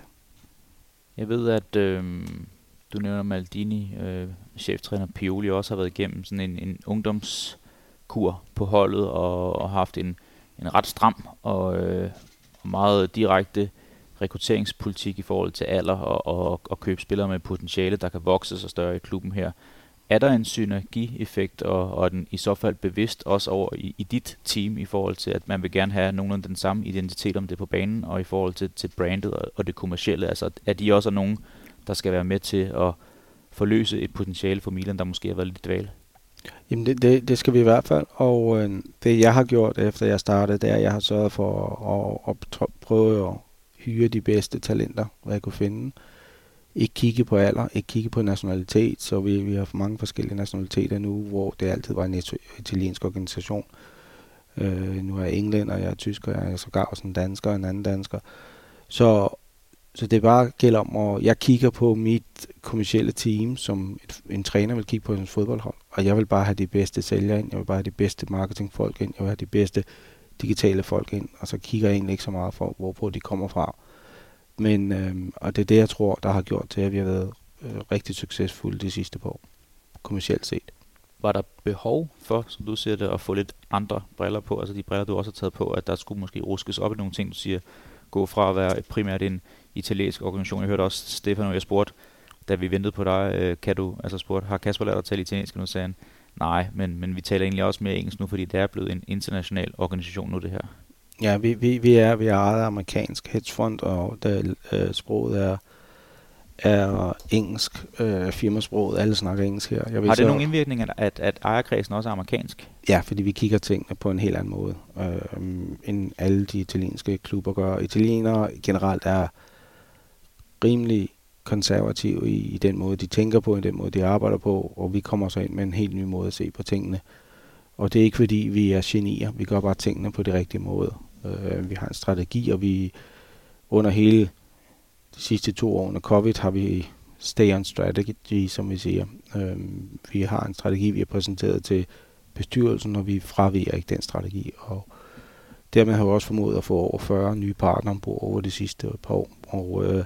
Jeg ved, at øh, du nævner Maldini, øh, cheftræner Pioli, også har været igennem sådan en, en ungdomskur på holdet, og, og haft en, en ret stram og, øh, og meget direkte rekrutteringspolitik i forhold til alder og, og, og købe spillere med potentiale, der kan vokse sig større i klubben her. Er der en synergieffekt, og, og er den i så fald bevidst også over i, i dit team, i forhold til, at man vil gerne have nogenlunde den samme identitet om det på banen, og i forhold til, til brandet og, og det kommercielle? Altså, er de også nogen, der skal være med til at forløse et potentiale for Milan, der måske har været lidt dvale? Jamen det, det, det skal vi i hvert fald, og øh, det jeg har gjort, efter jeg startede, det er, at jeg har sørget for at, at, at prøve at hyre de bedste talenter, hvad jeg kunne finde. Ikke kigge på alder, ikke kigge på nationalitet, så vi, vi har for mange forskellige nationaliteter nu, hvor det altid var en italiensk organisation. Øh, nu er jeg englænder, jeg er tysker, jeg er sågar også en dansker og en anden dansker. Så, så det bare gælder om, at jeg kigger på mit kommercielle team, som et, en træner vil kigge på en fodboldhold, og jeg vil bare have de bedste sælgere ind, jeg vil bare have de bedste marketingfolk ind, jeg vil have de bedste digitale folk ind, og så kigger jeg egentlig ikke så meget for, hvorpå de kommer fra. Men, øh, og det er det, jeg tror, der har gjort til, at vi har været øh, rigtig succesfulde de sidste par år, kommercielt set. Var der behov for, som du siger det, at få lidt andre briller på, altså de briller, du også har taget på, at der skulle måske ruskes op i nogle ting, du siger, gå fra at være primært en italiensk organisation. Jeg hørte også Stefano, jeg spurgte, da vi ventede på dig, øh, kan du, altså spurgte, har Kasper lært at tale italiensk? Nu sagde han, nej, men, men vi taler egentlig også mere engelsk nu, fordi det er blevet en international organisation nu, det her. Ja, vi, vi, vi er vi er ejet amerikansk hedgefond, og der, øh, sproget er, er engelsk, øh, firmasproget, alle snakker engelsk her. Jeg har det så, nogen indvirkning, at, at, at ejerkredsen også er amerikansk? Ja, fordi vi kigger tingene på en helt anden måde, øh, end alle de italienske klubber gør. Italienere generelt er rimelig konservative i, i den måde, de tænker på, i den måde, de arbejder på, og vi kommer så ind med en helt ny måde at se på tingene. Og det er ikke fordi, vi er genier, vi gør bare tingene på de rigtige måde. Øh, vi har en strategi, og vi under hele de sidste to år under covid har vi stay on strategy, som vi siger. Øh, vi har en strategi, vi har præsenteret til bestyrelsen, og vi fraviger ikke den strategi. Og dermed har vi også formået at få over fyrre nye partnere ombord over de sidste par år, og øh,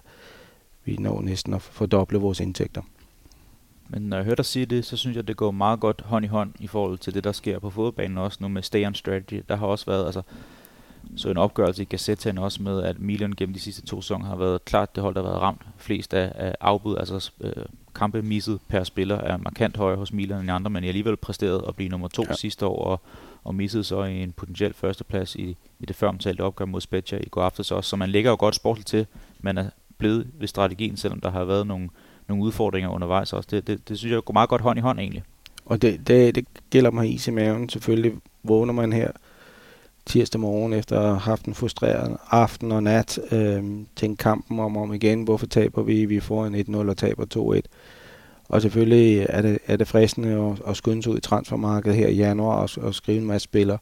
vi når næsten at fordoble vores indtægter. Men når jeg hører dig sige det, så synes jeg, det går meget godt hånd i hånd i forhold til det, der sker på fodboldbanen også nu med stay on strategy. Der har også været altså, så en opgørelse i Gazettaen også med, at Milan gennem de sidste to sæsoner har været klart det hold, der har været ramt flest af, af afbud, altså øh, kampe misset per spiller er markant højere hos Milan end andre, men jeg alligevel præsteret at blive nummer to ja. sidste år, og, og missede så i en potentiel førsteplads i, i det føromtalte opgør mod Spezia i går aftes også, så man ligger jo godt sportligt til, man er blevet ved strategien, selvom der har været nogle nogle udfordringer undervejs også. Det, det, det synes jeg går meget godt hånd i hånd egentlig. Og det, det, det gælder mig is i maven. Selvfølgelig vågner man her tirsdag morgen efter at have haft en frustreret aften og nat. Øh, tænke kampen om og om igen. Hvorfor taber vi? Vi får en et nul og taber to et. Og selvfølgelig er det, er det fristende at, at skynde sig ud i transfermarkedet her i januar og, og skrive en masse spillere.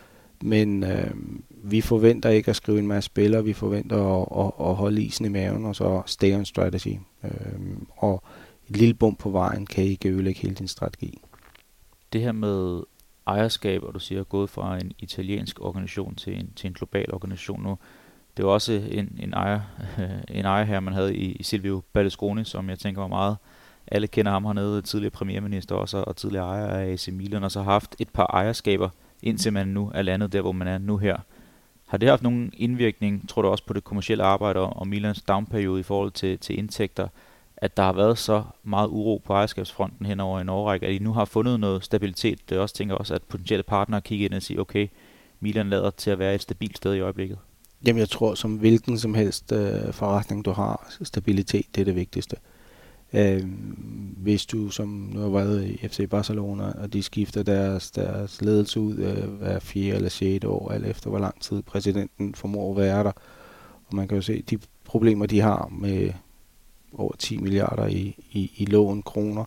Men øh, vi forventer ikke at skrive en masse spillere. Vi forventer at, at, at holde isen i maven og så stay on strategy. Øhm, og et lille bump på vejen kan ikke ødelægge hele din strategi. Det her med ejerskab, og du siger gået fra en italiensk organisation til en, til en global organisation nu, det var også en, en, ejer, en ejer her, man havde i, i Silvio Berlusconi, som jeg tænker var meget, alle kender ham hernede, tidligere premierminister også, og tidligere ejer af A C Milan, og så har haft et par ejerskaber, indtil man nu er landet der, hvor man er nu her. Har det haft nogen indvirkning, tror du også på det kommercielle arbejde og Milans downperiode i forhold til, til indtægter, at der har været så meget uro på ejerskabsfronten hen over en årrække, at I nu har fundet noget stabilitet? Det også tænker også, at potentielle partnere kigger ind og siger, okay, Milan lader til at være et stabilt sted i øjeblikket. Jamen jeg tror, som hvilken som helst øh, forretning du har, stabilitet, det er det vigtigste. Øh, hvis du, som nu har været i F C Barcelona, og de skifter deres, deres ledelse ud øh, hver fjerde eller sjette år, alt efter hvor lang tid præsidenten formår at være der. Og man kan jo se de problemer, de har med over ti milliarder i, i, i lån kroner,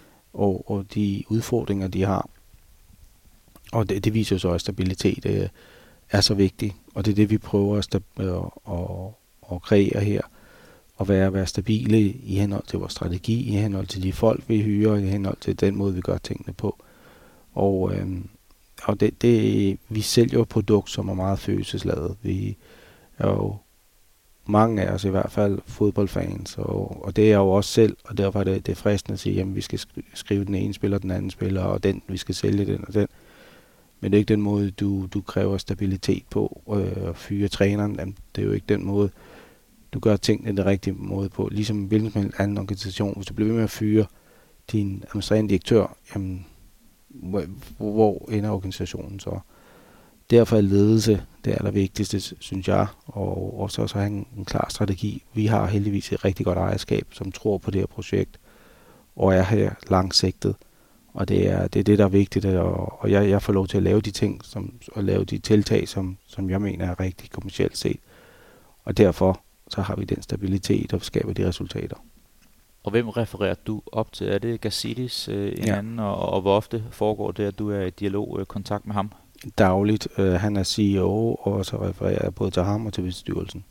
og, og de udfordringer, de har. Og det, det viser jo så, at stabilitet øh, er så vigtigt, og det er det, vi prøver at, stab- at, at, at kreere her. Og være, være stabile i henhold til vores strategi, i henhold til de folk, vi hyrer, i henhold til den måde, vi gør tingene på. Og, øhm, og det, det, vi sælger jo et produkt, som er meget følelsesladet. Vi er jo mange af os i hvert fald fodboldfans, og, og det er jeg jo også selv, og derfor er det, det fristende at sige, at vi skal skrive den ene spiller, den anden spiller, og den, vi skal sælge den og den. Men det er ikke den måde, du, du kræver stabilitet på, øh, og fyre træneren. Jamen, det er jo ikke den måde, du gør tingene den rigtige måde på. Ligesom en hvilken som helst anden organisation. Hvis du bliver ved med at fyre din administrerende direktør, jamen, hvor, hvor ender organisationen så? Derfor er ledelse det allervigtigste, synes jeg. Og, og så, så have en, en klar strategi. Vi har heldigvis et rigtig godt ejerskab, som tror på det her projekt, og er her langsigtet. Og det er det, er det der er vigtigt, og, og jeg, jeg får lov til at lave de ting, som, og lave de tiltag, som, som jeg mener er rigtig kommercielt set. Og derfor så har vi den stabilitet og skaber de resultater. Og hvem refererer du op til? Er det Gazidis øh, en ja. anden, og, og hvor ofte foregår det, at du er i dialog øh, kontakt med ham? Dagligt. Øh, han er C E O, og så refererer jeg både til ham og til bestyrelsen.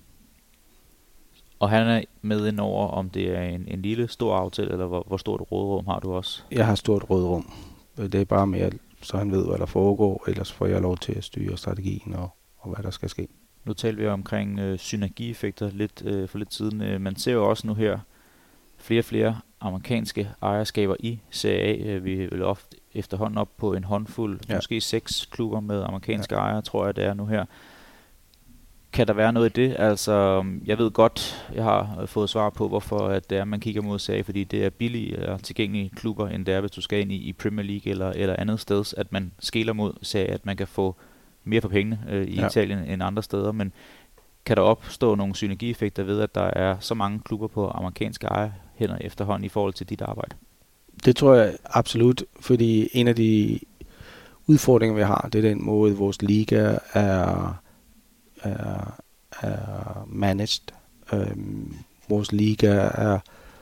Og han er med ind over, om det er en, en lille, stor aftale, eller hvor, hvor stort råderum har du også? Jeg har stort råderum. Det er bare mere, så han ved, hvad der foregår, ellers får jeg lov til at styre strategien og, og hvad der skal ske. Nu talte vi omkring øh, synergieffekter lidt øh, for lidt siden. Øh, man ser jo også nu her flere og flere amerikanske ejerskaber i Serie A. Øh, vi er vel ofte efterhånden op på en håndfuld, ja. måske seks klubber med amerikanske ja. ejere, tror jeg det er nu her. Kan der være noget i det? Altså, jeg ved godt, jeg har fået svar på, hvorfor at det er, man kigger mod Serie A, fordi det er billige og tilgængelige klubber, end det er, hvis du skal ind i, i Premier League eller, eller andet sted, at man skeler mod Serie A, at man kan få mere for pengene øh, i ja. Italien end andre steder, men kan der opstå nogle synergieffekter ved, at der er så mange klubber på amerikanske ejerhænder efterhånden i forhold til dit arbejde? Det tror jeg absolut, fordi en af de udfordringer, vi har, det er den måde, vores liga er, er, er managed. Øhm, vores liga er,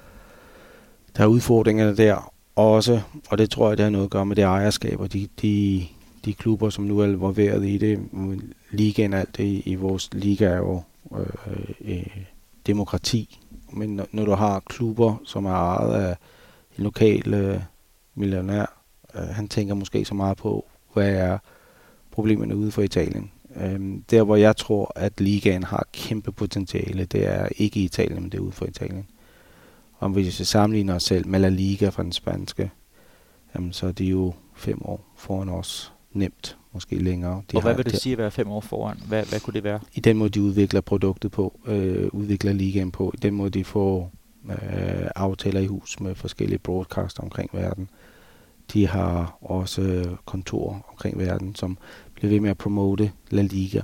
der er udfordringerne der også, og det tror jeg, det har noget at gøre med det ejerskab, og de, de, de klubber, som nu er involveret i det. Ligaen, alt det i, i vores liga er jo øh, øh, demokrati, men når, når du har klubber, som er ejet af en lokal øh, millionær, øh, han tænker måske så meget på, hvad er problemerne ude for Italien. Øhm, der hvor jeg tror, at ligaen har kæmpe potentiale, det er ikke i Italien, men det er ude for Italien. Om vi så sammenligner os selv med La Liga fra den spanske, jamen, så er de jo fem år foran os. Nemt, måske længere. De og hvad vil det sige at være fem år foran? Hvad, hvad kunne det være? I den måde, de udvikler produktet på, øh, udvikler ligaen på, i den måde, de får øh, aftaler i hus med forskellige broadcaster omkring verden. De har også kontorer omkring verden, som bliver ved med at promote La Liga.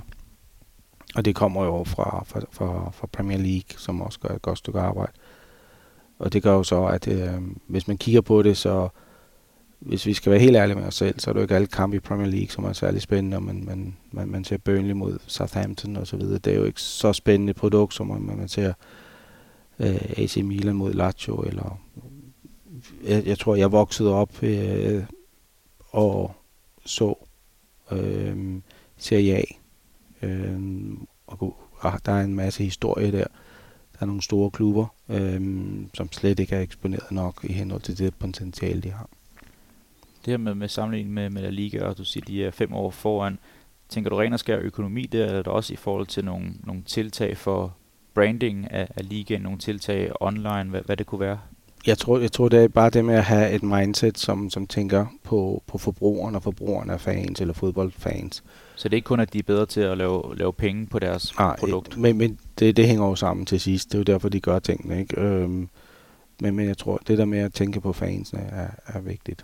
Og det kommer jo fra, fra, fra, fra Premier League, som også gør et godt stykke arbejde. Og det gør jo så, at øh, hvis man kigger på det, så hvis vi skal være helt ærlige med os selv, så er det jo ikke alle kampe i Premier League, som er særlig spændende, og man, man, man, man ser Burnley mod Southampton og så videre. Det er jo ikke så spændende produkt, som man, man ser øh, A C Milan mod Lazio, eller jeg, jeg tror, jeg voksede op øh, og så øh, Serie A, øh, og ah, der er en masse historie der. Der er nogle store klubber, øh, som slet ikke er eksponeret nok i henhold til det potentiale, de har. Det her med, med sammenligning med, med La Liga, og du siger, de er fem år foran. Tænker du ren og skær økonomi der, eller er der også i forhold til nogle, nogle tiltag for branding af, af ligaen, nogle tiltag online, hvad, hvad det kunne være? Jeg tror, jeg tror, det er bare det med at have et mindset, som, som tænker på, på forbrugerne, og forbrugerne er fans eller fodboldfans. Så det er ikke kun, at de er bedre til at lave, lave penge på deres ah, produkt? Men, men det, det hænger jo sammen til sidst. Det er jo derfor, de gør tingene, ikke? Øhm, men, men jeg tror, det der med at tænke på fansene er, er vigtigt.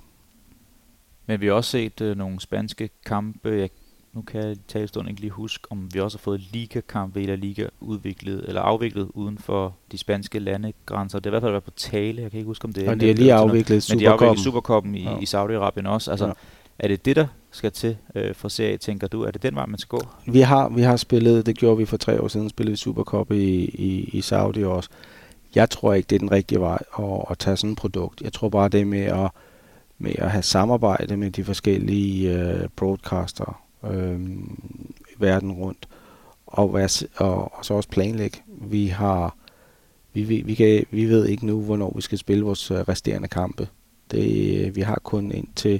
Men vi har også set øh, nogle spanske kampe. Jeg, nu kan jeg i talestund ikke lige huske, om vi også har fået ligakampe i La Liga udviklet, eller afviklet uden for de spanske landegrænser. Det er i hvert fald været på tale. Jeg kan ikke huske, om det er... Og de har lige afviklet Supercuppen. Men de har afviklet Supercuppen i, ja. i Saudi-Arabien også. Altså, ja. Er det det, der skal til øh, for Serie A, tænker du? Er det den vej, man skal gå? Vi har, vi har spillet, det gjorde vi for tre år siden, spillede vi Supercup i, i, i Saudi også. Jeg tror ikke, det er den rigtige vej at, at tage sådan et produkt. Jeg tror bare, det er med at med at have samarbejde med de forskellige øh, broadcaster øh, verden rundt, og, være, og, og så også planlægge. Vi har, vi, vi, vi, kan, vi ved ikke nu, hvornår vi skal spille vores resterende kampe. Det, vi har kun indtil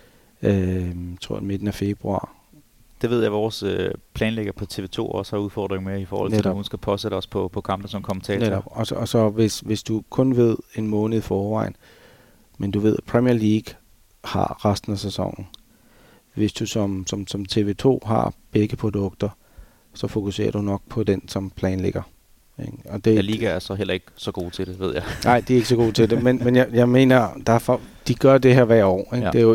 øh, tror jeg, midten af februar. Det ved jeg, at vores øh, planlægger på T V to også har udfordring med i forhold til, at hun skal påsætte os på, på kampe som kommentator. Netop. Og så, og så hvis, hvis du kun ved en måned i forvejen, men du ved, at Premier League har resten af sæsonen. Hvis du som, som, som T V to har begge produkter, så fokuserer du nok på den, som planlægger. Og det, La Liga er så heller ikke så god til det, ved jeg. Nej, de er ikke så gode til det, men, men jeg, jeg mener, derfor, de gør det her hver år. Ikke? Ja. Det er jo,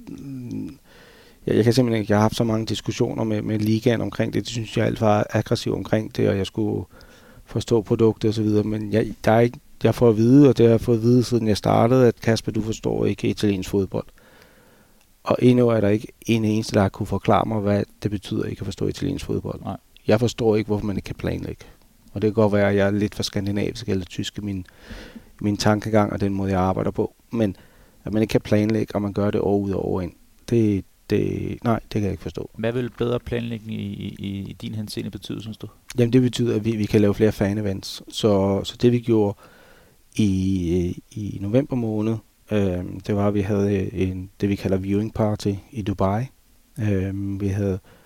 jeg, jeg kan simpelthen ikke, jeg har haft så mange diskussioner med, med ligaen omkring det. Det synes jeg alt var aggressiv omkring det, og jeg skulle forstå produktet og så videre, men jeg, der er ikke Jeg får at vide, og det har jeg fået at vide, siden jeg startede, at Kasper, du forstår ikke italiensk fodbold. Og endnu er der ikke en eneste, der har kunne forklare mig, hvad det betyder ikke at forstå italiensk fodbold. Nej. Jeg forstår ikke, hvorfor man ikke kan planlægge. Og det kan godt være, at jeg er lidt for skandinavisk eller tysk i min, min tankegang og den måde, jeg arbejder på. Men at man ikke kan planlægge, og man gør det år ud og år ind, det, det, nej, det kan jeg ikke forstå. Hvad vil bedre planlægning i, i, i din henseende betyde, synes du? Jamen det betyder, at vi, vi kan lave flere fan-events. Så, så det vi gjorde i, i november måned, øh, det var, at vi havde en, det vi kalder viewing party i Dubai. Øh, vi havde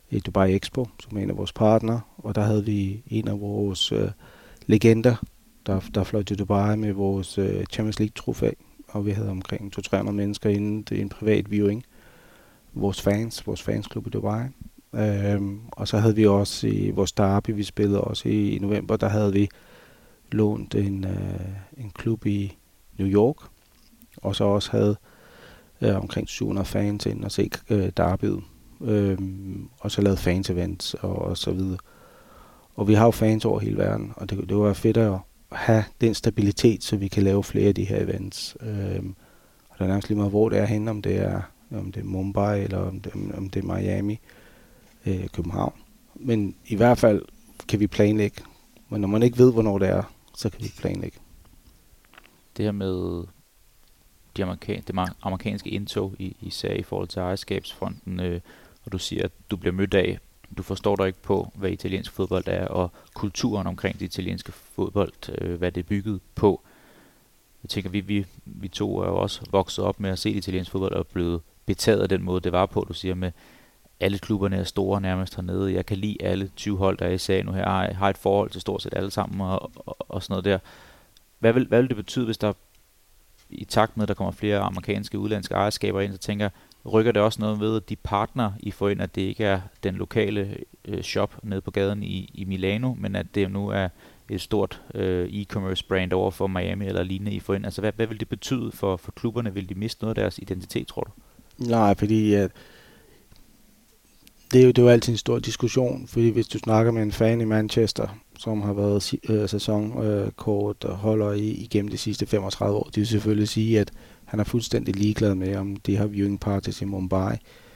i Dubai Expo, som er en af vores partnere, og der havde vi en af vores øh, legender, der, der fløj til Dubai med vores øh, Champions League-trofæ, og vi havde omkring to til tre hundrede mennesker inde i en privat viewing. Vores fans, vores fansklub i Dubai. Øhm, og så havde vi også i vores derby, vi spillede også i, i november, der havde vi lånt en, øh, en klub i New York, og så også havde øh, omkring syv hundrede fans ind og se øh, derbyet. Øhm, og så lavet fans events og, og så videre. Og vi har jo fans over hele verden, og det, det var fedt at have den stabilitet, så vi kan lave flere af de her events. Øhm, og der er nærmest lige meget, hvor det er henne, om det er, om det er Mumbai, eller om det, om det er Miami, øh, København. Men i hvert fald kan vi planlægge. Men når man ikke ved, hvornår det er, så kan vi planlægge. Det her med de amerikan- det amerikanske indtog, i, især i forhold til ejerskabsfronten, øh, og du siger, at du bliver mødt af, du forstår dig ikke på, hvad italiensk fodbold er, og kulturen omkring det italienske fodbold, øh, hvad det er bygget på. Jeg tænker, vi, vi, vi to er jo også vokset op med at se det italienske fodbold, og blevet betaget af den måde, det var på. Du siger med, alle klubberne er store nærmest hernede. Jeg kan lide alle tyve hold, der er i serien nu her. Jeg har et forhold til stort set alle sammen, og, og, og sådan noget der. Hvad vil, hvad vil det betyde, hvis der i takt med, at der kommer flere amerikanske udlandske ejerskaber ind, så tænker rykker det også noget ved, at de partner, I får ind, at det ikke er den lokale øh, shop nede på gaden i, i Milano, men at det nu er et stort øh, e-commerce brand over for Miami eller lignende, I får ind. Altså, hvad, hvad vil det betyde for, for klubberne? Vil de miste noget af deres identitet, tror du? Nej, fordi at det, er jo, det er jo altid en stor diskussion, fordi hvis du snakker med en fan i Manchester, som har været øh, sæsonkort og holder i, igennem de sidste femogtredive år, de vil selvfølgelig sige, at han er fuldstændig ligeglad med, om de har viewing parties i Mumbai.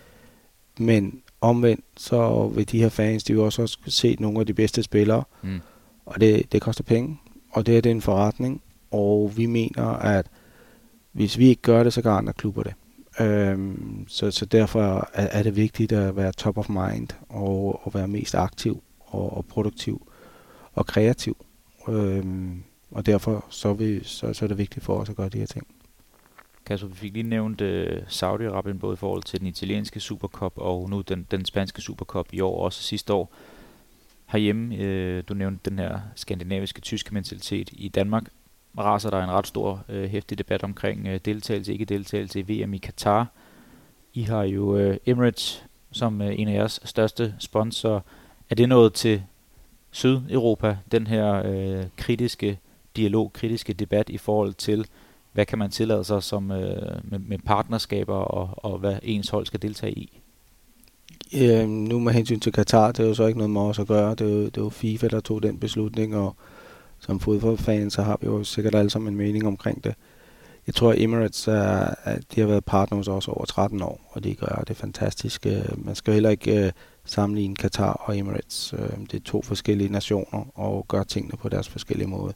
Men omvendt, så vil de her fans, de vil også, også se nogle af de bedste spillere, mm. og det, det koster penge, og det er det en forretning, og vi mener, at hvis vi ikke gør det, så gør andre klubber det. Øhm, så, så derfor er, er det vigtigt at være top of mind, og, og være mest aktiv, og, og produktiv, og kreativ. Øhm, og derfor så er, vi, så, så er det vigtigt for os at gøre de her ting. Kasper, vi fik lige nævnt uh, Saudi-Arabien både i forhold til den italienske Supercup og nu den, den spanske Supercup i år, også sidste år. Herhjemme, uh, du nævnte den her skandinaviske, tyske mentalitet. I Danmark raser der en ret stor, uh, heftig debat omkring uh, deltagelse, ikke deltagelse i V M i Katar. I har jo uh, Emirates som uh, en af jeres største sponsorer. Er det noget til Sydeuropa, den her uh, kritiske dialog, kritiske debat i forhold til hvad kan man tillade sig som, øh, med, med partnerskaber, og, og hvad ens hold skal deltage i? Ja, nu med hensyn til Katar, det er jo så ikke noget med os at gøre. Det er jo, det er jo FIFA, der tog den beslutning, og som fodboldfans, så har vi jo sikkert alle sammen en mening omkring det. Jeg tror, at Emirates er, at de har været partner hos os over tretten år, og de gør det fantastisk. Man skal heller ikke sammenligne Katar og Emirates. Det er to forskellige nationer, og gør tingene på deres forskellige måde.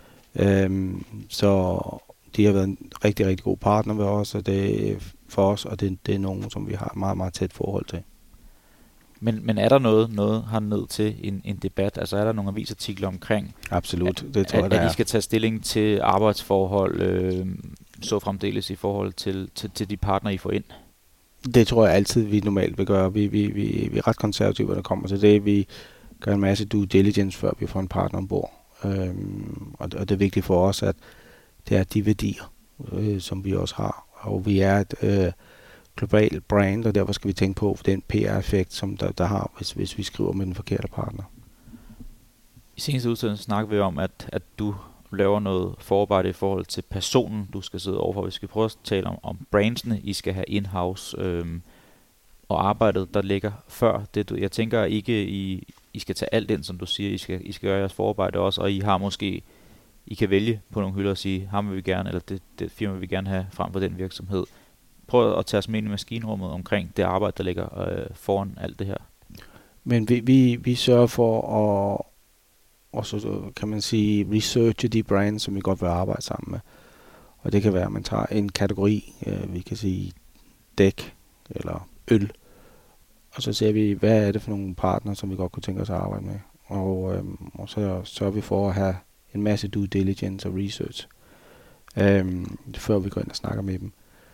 Så de har været en rigtig, rigtig god partner ved os, og det er for os, og det, det er nogen, som vi har meget, meget tæt forhold til. Men, men er der noget, noget har ned til en, en debat? Altså er der nogle avisartikler omkring? Absolut, at, det tror jeg, at, der at er. de skal tage stilling til arbejdsforhold, øh, så fremdeles i forhold til, til, til de partner, I får ind? Det tror jeg altid, vi normalt vil gøre. Vi, vi, vi, vi er ret konservative, når det kommer til det. Vi gør en masse due diligence, før vi får en partner ombord. Øhm, og, og det er vigtigt for os, at det er de værdier, øh, som vi også har. Og vi er et øh, globalt brand, og derfor skal vi tænke på den P R-effekt, som der, der har, hvis, hvis vi skriver med den forkerte partner. I seneste udsendelse snakker vi om, at, at du laver noget forarbejde i forhold til personen, du skal sidde overfor. Vi skal prøve at tale om, om brandsene, I skal have in-house, øhm, og arbejdet, der ligger før det. Du, jeg tænker ikke, I, I skal tage alt ind, som du siger. I skal, I skal gøre jeres forarbejde også, og I har måske, I kan vælge på nogle hylder og sige, ham vil vi gerne, eller det, det firma vil vi gerne have frem for den virksomhed. Prøv at tage os med ind i maskinrummet omkring det arbejde, der ligger øh, foran alt det her. Men vi, vi, vi sørger for at, og så kan man sige, researche de brands, som vi godt vil arbejde sammen med. Og det kan være, at man tager en kategori, øh, vi kan sige dæk eller øl, og så ser vi, hvad er det for nogle partner, som vi godt kunne tænke os at arbejde med. Og, øh, og så sørger vi for at have en masse due diligence og research, øh, før vi går ind og snakker med dem.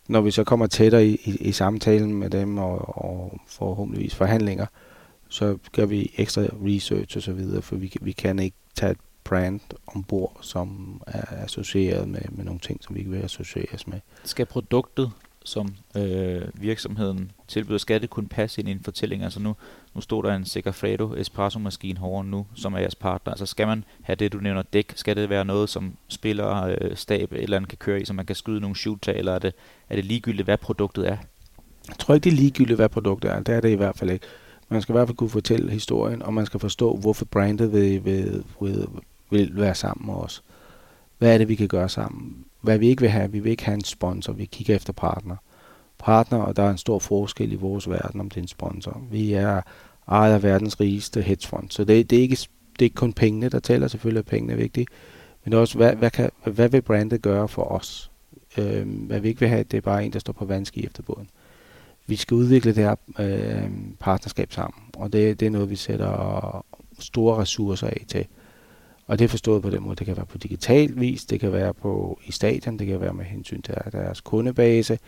når vi så kommer tættere i, i, i samtalen med dem og, og forhåbentligvis forhandlinger, så gør vi ekstra research og så videre, for vi, vi kan ikke tage et brand ombord, som er associeret med, med nogle ting, som vi ikke vil associeres med. Skal produktet, som øh, virksomheden tilbyder, skal det kunne passe ind i en fortælling? Altså nu, nu stod der en Segafredo espresso-maskine herovre nu, som er jeres partner. Altså skal man have det, du nævner, dæk? Skal det være noget, som spiller øh, stab eller andet kan køre i, så man kan skyde nogle shoot af, eller er det, er det ligegyldigt, hvad produktet er? Jeg tror ikke, det er ligegyldigt, hvad produktet er. Det er det i hvert fald ikke. Man skal i hvert fald kunne fortælle historien, og man skal forstå, hvorfor brandet vil, vil, vil, vil være sammen med os. Hvad er det, vi kan gøre sammen? Hvad vi ikke vil have? Vi vil ikke have en sponsor. Vi kigger efter partner. Partner, og der er en stor forskel i vores verden, om det er en sponsor. Vi er ejet af verdens rigeste hedgefond, så det, det, er ikke, det er ikke kun pengene, der tæller. Selvfølgelig er pengene vigtige, men også, hvad, hvad, kan, hvad vil brandet gøre for os? Øh, hvad vi ikke vil have, det er bare en, der står på vandski efter båden. Vi skal udvikle det her øh, partnerskab sammen, og det, det er noget, vi sætter store ressourcer af til. Og det er forstået på den måde. Det kan være på digital vis, det kan være på i stadion, det kan være med hensyn til deres kundebase.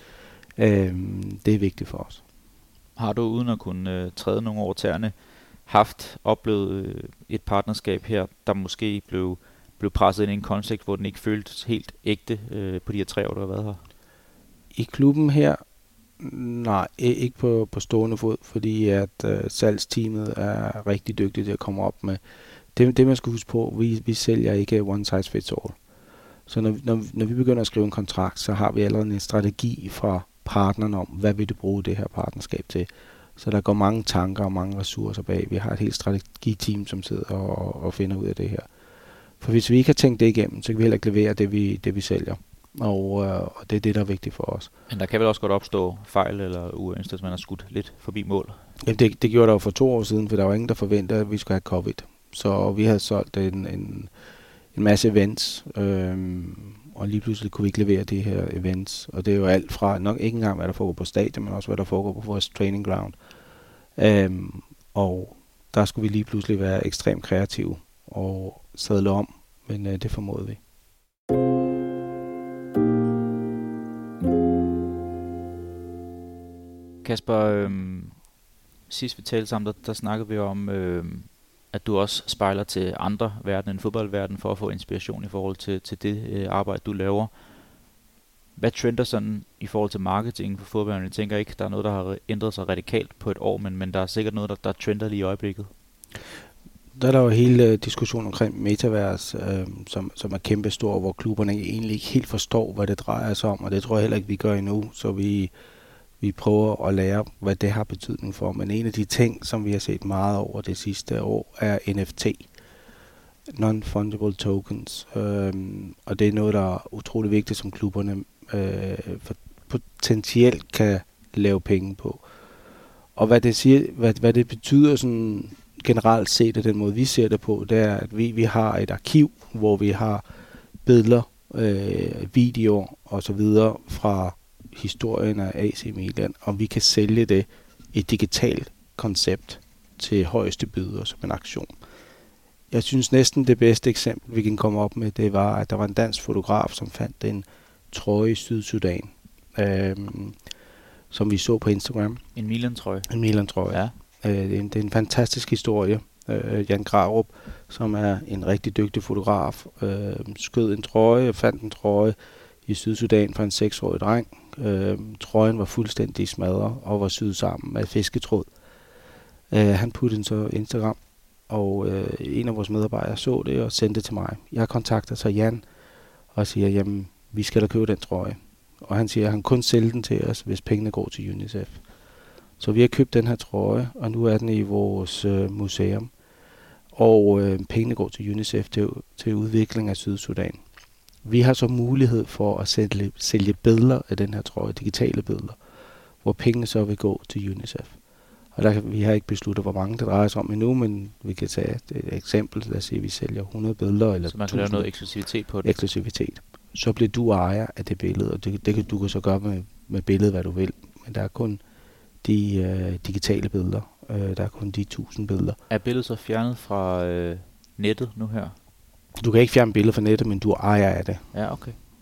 Øhm, det er vigtigt for os. Har du, uden at kunne øh, træde nogle over tæerne, haft oplevet øh, et partnerskab her, der måske blev, blev presset ind i en kontekst, hvor den ikke føltes helt ægte øh, på de her tre år, du har været her? I klubben her, nej, ikke på, på stående fod, fordi at øh, salgsteamet er rigtig dygtigt til at komme op med. Det, det man skal huske på, vi, vi sælger ikke one size fits all. Så når, når, når vi begynder at skrive en kontrakt, så har vi allerede en strategi fra partneren om, hvad vil du bruge det her partnerskab til. Så der går mange tanker og mange ressourcer bag. Vi har et helt strategiteam, som sidder og, og finder ud af det her. For hvis vi ikke har tænkt det igennem, så kan vi heller ikke levere det, vi, det, vi sælger. Og, øh, og det er det, der er vigtigt for os. Men der kan vel også godt opstå fejl eller uønsket, hvis man har skudt lidt forbi mål? Jamen det, det gjorde der jo for to år siden, for der var ingen, der forventede, at vi skulle have covid. Så vi havde solgt en, en, en masse events, øhm, og lige pludselig kunne vi ikke levere de her events. Og det er jo alt fra, nok ikke engang hvad der foregår på stadion, men også hvad der foregår på vores training ground. Øhm, og der skulle vi lige pludselig være ekstremt kreative og sadle om, men øh, det formåede vi. Kasper, øh, sidst vi talte sammen, der, der snakkede vi om, øh, at du også spejler til andre verden end fodboldverden for at få inspiration i forhold til, til det øh, arbejde, du laver. Hvad trender sådan i forhold til marketing for fodbolden? Jeg tænker ikke, der er noget, der har ændret sig radikalt på et år, men, men der er sikkert noget, der, der trender lige i øjeblikket. Der er der jo hele diskussionen omkring Metaverse, øh, som, som er kæmpestor, hvor klubberne egentlig ikke helt forstår, hvad det drejer sig om, og det tror jeg heller ikke, vi gør endnu, så vi, vi prøver at lære, hvad det har betydning for. Men en af de ting, som vi har set meget over det sidste år, er N F T, Non-Fungible Tokens, øh, og det er noget, der er utrolig vigtigt, som klubberne øh, potentielt kan lave penge på. Og hvad det, siger, hvad, hvad det betyder sådan generelt set, af den måde vi ser det på, det er, at vi, vi har et arkiv, hvor vi har billeder, øh, videoer og så videre fra historien af A C Milan, og vi kan sælge det i et digitalt koncept til højeste byder som en aktion. Jeg synes næsten det bedste eksempel, vi kan komme op med, det var, at der var en dansk fotograf, som fandt en trøje i Sydsudan, øh, som vi så på Instagram. En Milan-trøje? En Milan-trøje. Ja. Øh, det, er en, det er en fantastisk historie. Øh, Jan Grarup, som er en rigtig dygtig fotograf, øh, skød en trøje, fandt en trøje i Sydsudan for en seksårig dreng. Øh, trøjen var fuldstændig smadret og var syet sammen med fisketråd. Øh, han puttede den så Instagram, og øh, en af vores medarbejdere så det og sendte det til mig. Jeg kontakter så Jan og siger, jamen, vi skal da købe den trøje. Og han siger, at han kun sælger den til os, hvis pengene går til UNICEF. Så vi har købt den her trøje, og nu er den i vores øh, museum. Og øh, pengene går til UNICEF til, til udvikling af Sydsudan. Vi har så mulighed for at sælge, sælge billeder af den her trøje, digitale billeder, hvor pengene så vil gå til UNICEF. Og der, vi har ikke besluttet, hvor mange det drejer sig om endnu, men vi kan tage et eksempel, lad os sige, at vi sælger hundrede billeder. Eller så man kan lave noget eksklusivitet på det? Eksklusivitet. Så bliver du ejer af det billede, og det, det kan du kan så gøre med, med billedet, hvad du vil. Men der er kun de øh, digitale billeder. Øh, der er kun de tusind billeder. Er billedet så fjernet fra øh, nettet nu her? Du kan ikke fjerne billedet fra nettet, men du ejer af det. Ja, okay.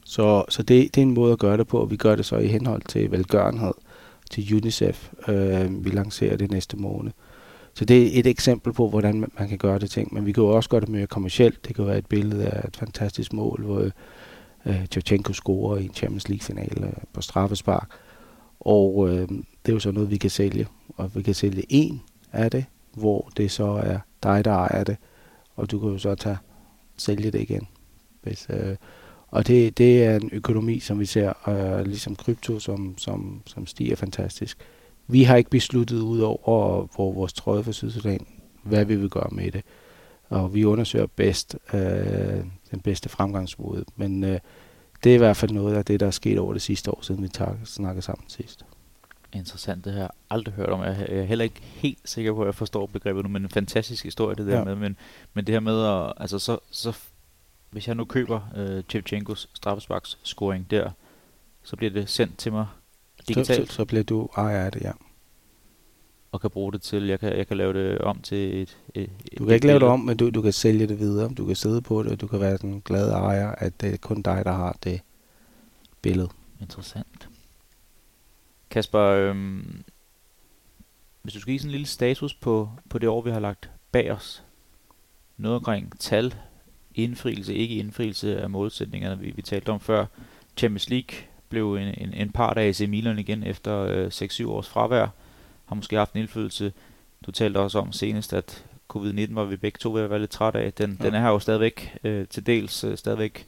Så, så det, det er en måde at gøre det på, og vi gør det så i henhold til velgørenhed, til UNICEF. Øh, vi lancerer det næste måned. Så det er et eksempel på, hvordan man kan gøre det ting, men vi kan jo også gøre det mere kommercielt. Det kan være et billede af et fantastisk mål, hvor øh, Shevchenko scorer i en Champions League-finale øh, på straffespark. Og øh, det er jo så noget, vi kan sælge. Og vi kan sælge en af det, hvor det så er dig, der ejer det. Og du kan jo så tage, sælge det igen. Hvis, øh, og det, det er en økonomi, som vi ser, øh, ligesom krypto, som, som, som stiger fantastisk. Vi har ikke besluttet ud over hvor vores trøje for Sydsudan, hvad vi vil gøre med det. Og vi undersøger bedst øh, den bedste fremgangsmåde. Men øh, det er i hvert fald noget af det, der er sket over det sidste år, siden vi snakkede sammen sidst. Interessant, det har jeg aldrig hørt om. Jeg er heller ikke helt sikker på, at jeg forstår begrebet nu, men en fantastisk historie, det der ja. med. Men, men det her med, at, altså så, så hvis jeg nu køber øh, Shevchenkos straffesparks scoring der, så bliver det sendt til mig digitalt. Så, så, så bliver du ejer af det, ja. Og kan bruge det til, jeg kan, jeg kan lave det om til et... et du kan et ikke lave det om, men du, du kan sælge det videre. Du kan sidde på det, og du kan være den glade ejer, at det er kun dig, der har det billede. Interessant. Kasper, øhm, hvis du skal give sådan en lille status på, på det år, vi har lagt bag os. Noget omkring tal, indfrielse, ikke indfrielse af målsætningerne, vi, vi talte om før. Champions League blev en, en, en part af A C Milan igen efter øh, seks syv års fravær. Har måske haft en indflydelse. Du talte også om senest, at covid nitten var vi begge to ved at være lidt træt af. Den, ja. den er her jo stadigvæk, øh, til dels øh, stadigvæk.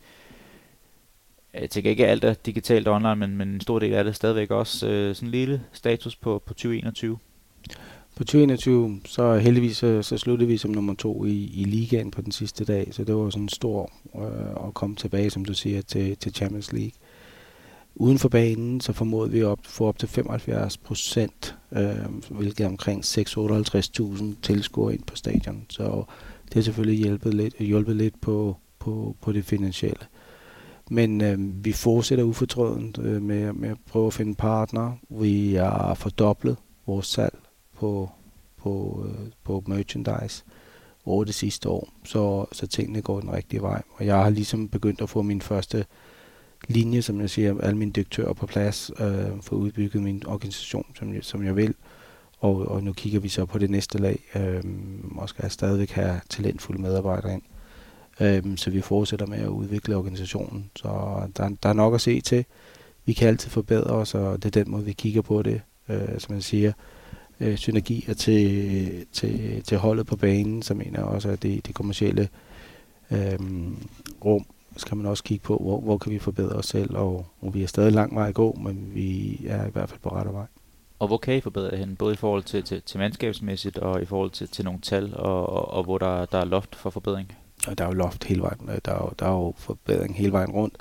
Jeg tænker ikke, at alt er digitalt online, men, men en stor del af det stadigvæk også. Øh, sådan en lille status på, på tyve enogtyve. På tyve enogtyve, så heldigvis så, så sluttede vi som nummer to i, i ligaen på den sidste dag. Så det var sådan stor øh, at komme tilbage, som du siger, til, til Champions League. Uden for banen, så formåede vi at få op til femoghalvfjerds procent, øh, hvilket er omkring seks hundrede og otteoghalvtreds tusind tilskuere ind på stadion. Så det har selvfølgelig hjulpet lidt, hjulpet lidt på, på, på det finansielle. Men øh, vi fortsætter ufortrødent øh, med, med at prøve at finde partner. Vi har fordoblet vores salg på, på, øh, på merchandise over det sidste år, så, så tingene går den rigtige vej. Og jeg har ligesom begyndt at få min første linje, som jeg siger, alle mine direktører på plads, øh, for udbygget min organisation, som jeg, som jeg vil. Og, og nu kigger vi så på det næste lag, øh, og skal stadigvæk have talentfulde medarbejdere ind. Øh, så vi fortsætter med at udvikle organisationen. Så der, der er nok at se til. Vi kan altid forbedre os, og det er den måde, vi kigger på det. Øh, som jeg siger, øh, synergier til, til, til holdet på banen, så mener jeg også, at det, det kommercielle øh, rum, skal man også kigge på, hvor, hvor kan vi forbedre os selv, og, og vi er stadig lang vej at gå, men vi er i hvert fald på rette vej. Og hvor kan I forbedre hende, både i forhold til, til, til mandskabsmæssigt, og i forhold til, til nogle tal, og, og, og hvor der, der er loft for forbedring? Og der er jo loft hele vejen, der er jo, der er jo forbedring hele vejen rundt,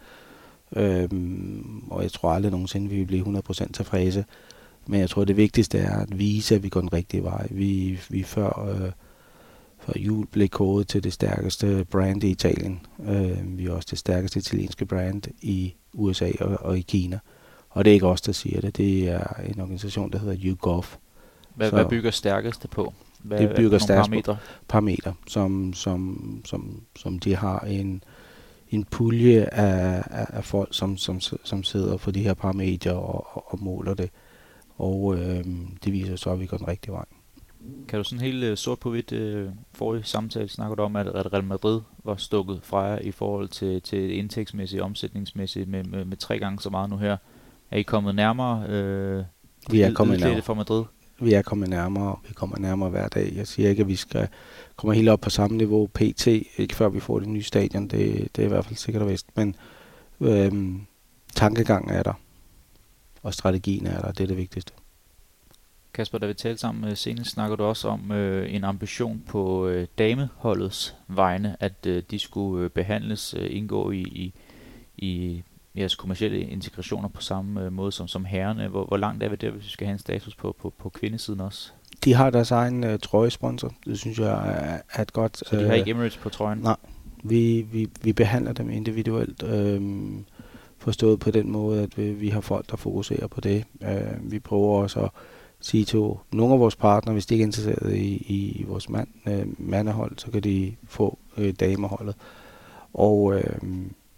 øhm, og jeg tror aldrig nogensinde, vi vil blive hundrede procent tilfredse, men jeg tror det vigtigste er at vise, at vi går den rigtige vej. Vi, vi før... Øh, For jul blev kåret til det stærkeste brand i Italien. Øh, vi er også det stærkeste italienske brand i U S A og, og i Kina. Og det er ikke os, der siger det. Det er en organisation, der hedder YouGov. Hvad, hvad bygger stærkeste på? Hvad, det bygger stærkeste parametre? på parametre, som, som, som, som de har en, en pulje af, af, af folk, som, som, som sidder for de her parametre og, og, og måler det. Og øh, det viser så, at vi går den rigtige vej. Kan du sådan helt uh, sort på hvidt uh, forrige samtale snakker du om, at Real Madrid var stukket fra jer i forhold til, til indtægtsmæssigt, omsætningsmæssigt med, med, med tre gange så meget nu her. Er I kommet nærmere? Uh, vi er kommet nærmere. Fra Madrid? Vi er kommet nærmere, vi kommer nærmere hver dag. Jeg siger ikke, at vi skal komme helt op på samme niveau P T, ikke før vi får det nye stadion. Det, det er i hvert fald sikkert og vist. Men øhm, tankegangen er der, og strategien er der. Det er det vigtigste. Kasper, da vi talte sammen senest, snakker du også om øh, en ambition på øh, dameholdets vegne, at øh, de skulle øh, behandles, øh, indgå i, i, i jeres kommercielle integrationer på samme øh, måde som, som herrerne. Hvor, hvor langt er vi der, hvis vi skal have en status på, på, på kvindesiden også? De har deres egen øh, trøjesponsor. Det synes jeg er, er et godt... Så de har ikke Emirates på trøjen? Nej, vi, vi, vi behandler dem individuelt. Øh, forstået på den måde, at vi, vi har folk, der fokuserer på det. Øh, vi prøver også at sige til nogle af vores partnere, hvis de ikke er interesseret i, i vores mand, øh, mandehold, så kan de få øh, dameholdet. Og øh,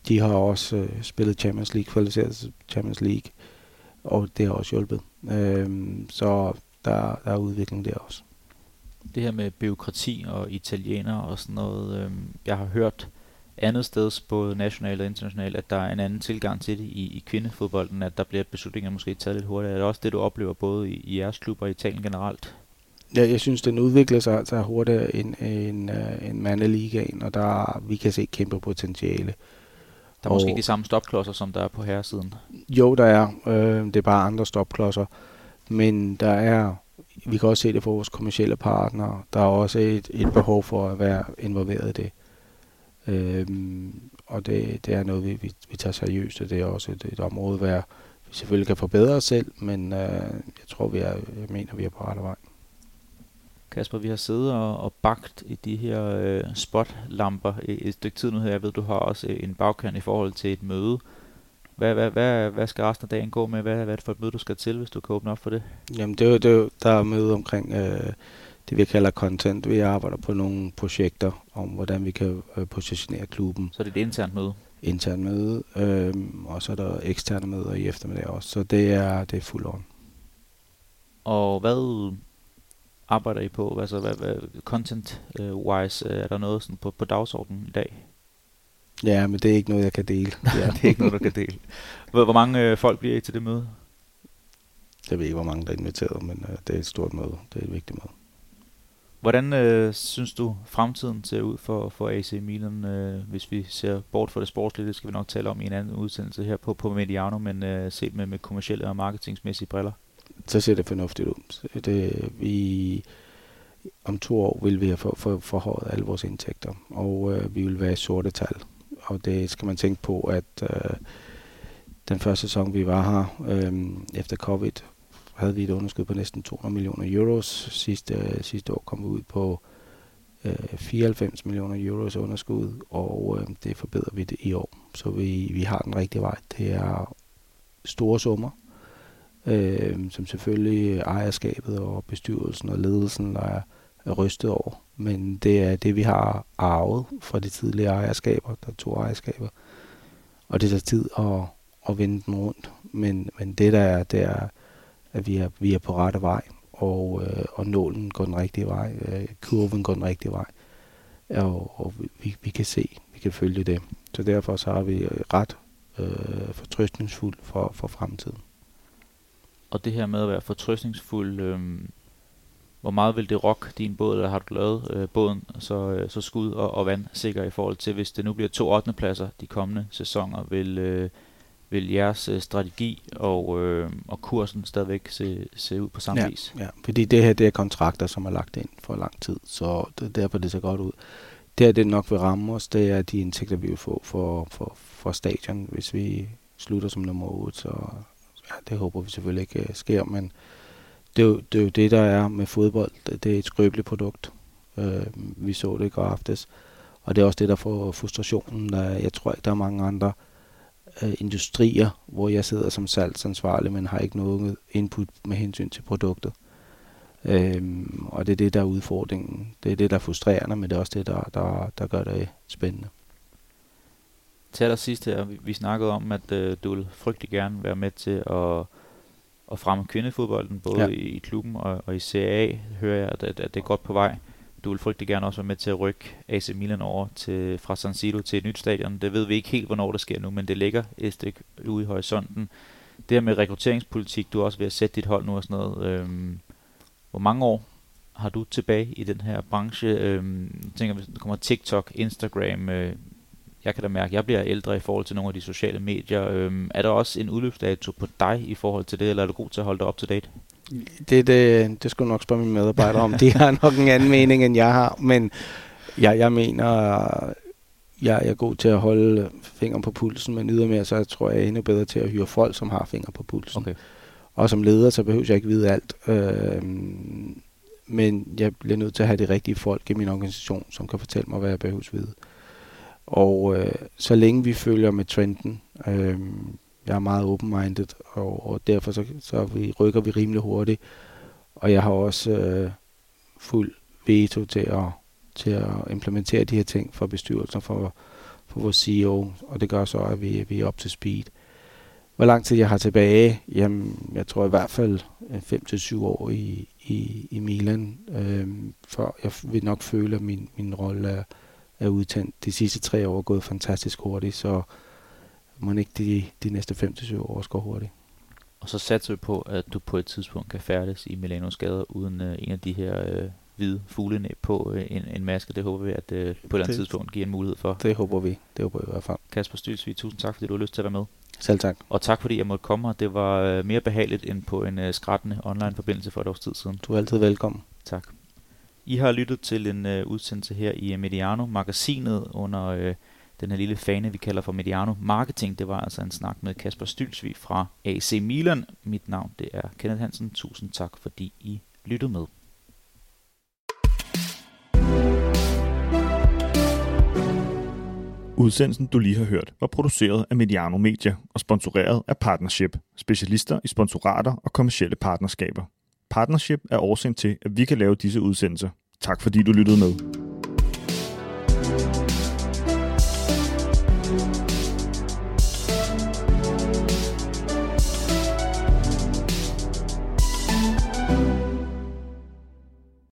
de har også øh, spillet Champions League, kvalificeret til Champions League, og det har også hjulpet. Øhm, så der, der er udvikling der også. Det her med bureaukrati og italiener og sådan noget, øh, jeg har hørt andet sted, både nationalt og internationalt, at der er en anden tilgang til det i, i kvindefodbolden, at der bliver beslutninger måske taget lidt hurtigere. Er det også det, du oplever både i, i jeres klub og i Italien generelt? Ja, jeg synes, den udvikler sig altså hurtigere end en, en mandeligaen, og der vi kan se kæmpe potentiale. Der er måske ikke de samme stopklodser, som der er på herresiden. Jo, der er. Øh, det er bare andre stopklodser. Men der er, vi kan også se det for vores kommercielle partnere, der er også et, et behov for at være involveret i det. Øhm, og det, det er noget, vi, vi, vi tager seriøst, og det er også et, et område, hvor vi selvfølgelig kan forbedre os selv, men øh, jeg tror, vi er, jeg mener, vi er på rette vej. Kasper, vi har siddet og, og bagt i de her øh, spotlamper i et stykke tid nu her. Jeg ved, du har også en bagkant i forhold til et møde. Hvad, hvad, hvad, hvad skal resten af dagen gå med? Hvad, hvad er det for et møde, du skal til, hvis du kan åbne op for det? Jamen, det er jo, det er jo, der er møde omkring øh, det, vi kalder content. Vi arbejder på nogle projekter om, hvordan vi kan øh, positionere klubben. Så det er et internt møde? Internt møde, øh, og så er der eksterne møder i eftermiddag også. Så det er, det er full on. Og hvad arbejder I på? Altså, hvad, hvad, content-wise, øh, er der noget sådan på, på dagsordenen i dag? Ja, men det er ikke noget, jeg kan dele. Ja. Det er ikke noget, du kan dele. Hvor, hvor mange øh, folk bliver I til det møde? Jeg ved ikke, hvor mange der er inviteret, men øh, det er et stort møde. Det er et vigtigt møde. Hvordan øh, synes du, fremtiden ser ud for, for A C Milan, øh, hvis vi ser bort fra det sportslige? Det skal vi nok tale om i en anden udsendelse her på, på Mediano, men øh, set med, med kommercielle og marketingsmæssige briller. Så ser det fornuftigt ud. Det, vi, om to år vil vi have for, for, forhøjet alle vores indtægter, og øh, vi vil være i sorte tal. Og det skal man tænke på, at øh, den første sæson, vi var her øh, efter covid, havde vi et underskud på næsten to hundrede millioner euros. Sidste, sidste år kom vi ud på øh, fireoghalvfems millioner euros underskud, og øh, det forbedrer vi det i år. Så vi, vi har den rigtige vej. Det er store summer, øh, som selvfølgelig ejerskabet og bestyrelsen og ledelsen er, er rystet over. Men det er det, vi har arvet fra de tidligere ejerskaber. Der er to ejerskaber. Og det tager tid at, at vende den rundt. Men, men det der er, det er, at vi er, vi er på rette vej. Og, øh, og nålen går den rigtige vej. Øh, kurven går den rigtige vej. Og, og vi, vi kan se, vi kan følge det. Så derfor så er vi ret øh, fortrøstningsfuld for, for fremtiden. Og det her med at være fortrøstningsfuld, øh, hvor meget vil det rokke din båd, eller har du lavet øh, båden så, øh, så skud og, og vandsikker i forhold til, hvis det nu bliver to ottende pladser de kommende sæsoner, vil, øh, vil jeres øh, strategi og, øh, og kursen stadigvæk se, se ud på samme ja, vis? Ja, fordi det her det er kontrakter, som er lagt ind for lang tid, så det, derfor det ser godt ud. Det her det nok vil ramme os, det er de indtægter, vi vil få for, for, for stadion, hvis vi slutter som nummer otte, så ja, det håber vi selvfølgelig ikke uh, sker, men det er, jo, det er jo det, der er med fodbold. Det er et skrøbeligt produkt. Uh, vi så det i går aftes, og det er også det, der får frustrationen. Jeg tror ikke, der er mange andre uh, industrier, hvor jeg sidder som salgsansvarlig, men har ikke noget input med hensyn til produktet. Øhm, og det er det, der er udfordringen. Det er det, der er frustrerende, men det er også det, der, der, der gør det spændende. Til allersidst her, vi, vi snakkede om, at øh, du vil frygtelig gerne være med til at, at fremme kvindefodbolden, både ja. i, i klubben og, og i Serie A, hører jeg, at, at, at det er godt på vej. Du vil frygtelig gerne også være med til at rykke A C Milan over til, fra San Siro til et nyt stadion. Det ved vi ikke helt, hvornår det sker nu, men det ligger et stykke ude i horisonten. Det her med rekrutteringspolitik, du er også ved at sætte dit hold nu og sådan noget. Øhm, Hvor mange år har du tilbage i den her branche? Øhm, jeg tænker, hvis der kommer TikTok, Instagram, øh, jeg kan da mærke, at jeg bliver ældre i forhold til nogle af de sociale medier. Øhm, er der også en udløbsdato på dig i forhold til det, eller er du god til at holde dig up to date? Det, det, det skulle nok spørge mine medarbejdere om. De har nok en anden mening, end jeg har, men jeg, jeg mener, jeg er god til at holde fingeren på pulsen, men ydermere så tror jeg, jeg er endnu bedre til at hyre folk, som har fingre på pulsen. Okay. Og som leder, så behøver jeg ikke vide alt. Øh, men jeg bliver nødt til at have de rigtige folk i min organisation, som kan fortælle mig, hvad jeg behøver at vide. Og øh, så længe vi følger med trenden, øh, jeg er meget open-minded, og, og derfor så, så vi, rykker vi rimelig hurtigt. Og jeg har også øh, fuld veto til at, til at implementere de her ting for bestyrelsen, for, på vores C E O, og det gør så, at vi, vi er up to speed. Hvor lang tid jeg har tilbage? Jamen, jeg tror i hvert fald fem til syv år i, i, i Milan, øhm, for jeg vil nok føle, at min, min rolle er, er udtændt. De sidste tre år er gået fantastisk hurtigt, så må ikke de, de næste fem til syv år skal hurtigt. Og så satser vi på, at du på et tidspunkt kan færdes i Milanos gader uden uh, en af de her uh, hvide fuglenæb på uh, en, en maske. Det håber vi, at uh, på et eller andet tidspunkt giver en mulighed for. Det håber vi. Det håber vi i hvert fald. Kasper Stylsvig, tusind tak, fordi du har lyst til at være med. Selv tak. Og tak, fordi jeg måtte komme her. Det var uh, mere behageligt end på en uh, skrættende online-forbindelse for et års tid siden. Du er altid velkommen. Tak. I har lyttet til en uh, udsendelse her i Mediano-magasinet under uh, den her lille fane, vi kalder for Mediano Marketing. Det var altså en snak med Kasper Stylsvig fra A C Milan. Mit navn det er Kenneth Hansen. Tusind tak, fordi I lyttede med. Udsendelsen, du lige har hørt, var produceret af Mediano Media og sponsoreret af Partnership, specialister i sponsorater og kommercielle partnerskaber. Partnership er årsagen til, at vi kan lave disse udsendelser. Tak fordi du lyttede med.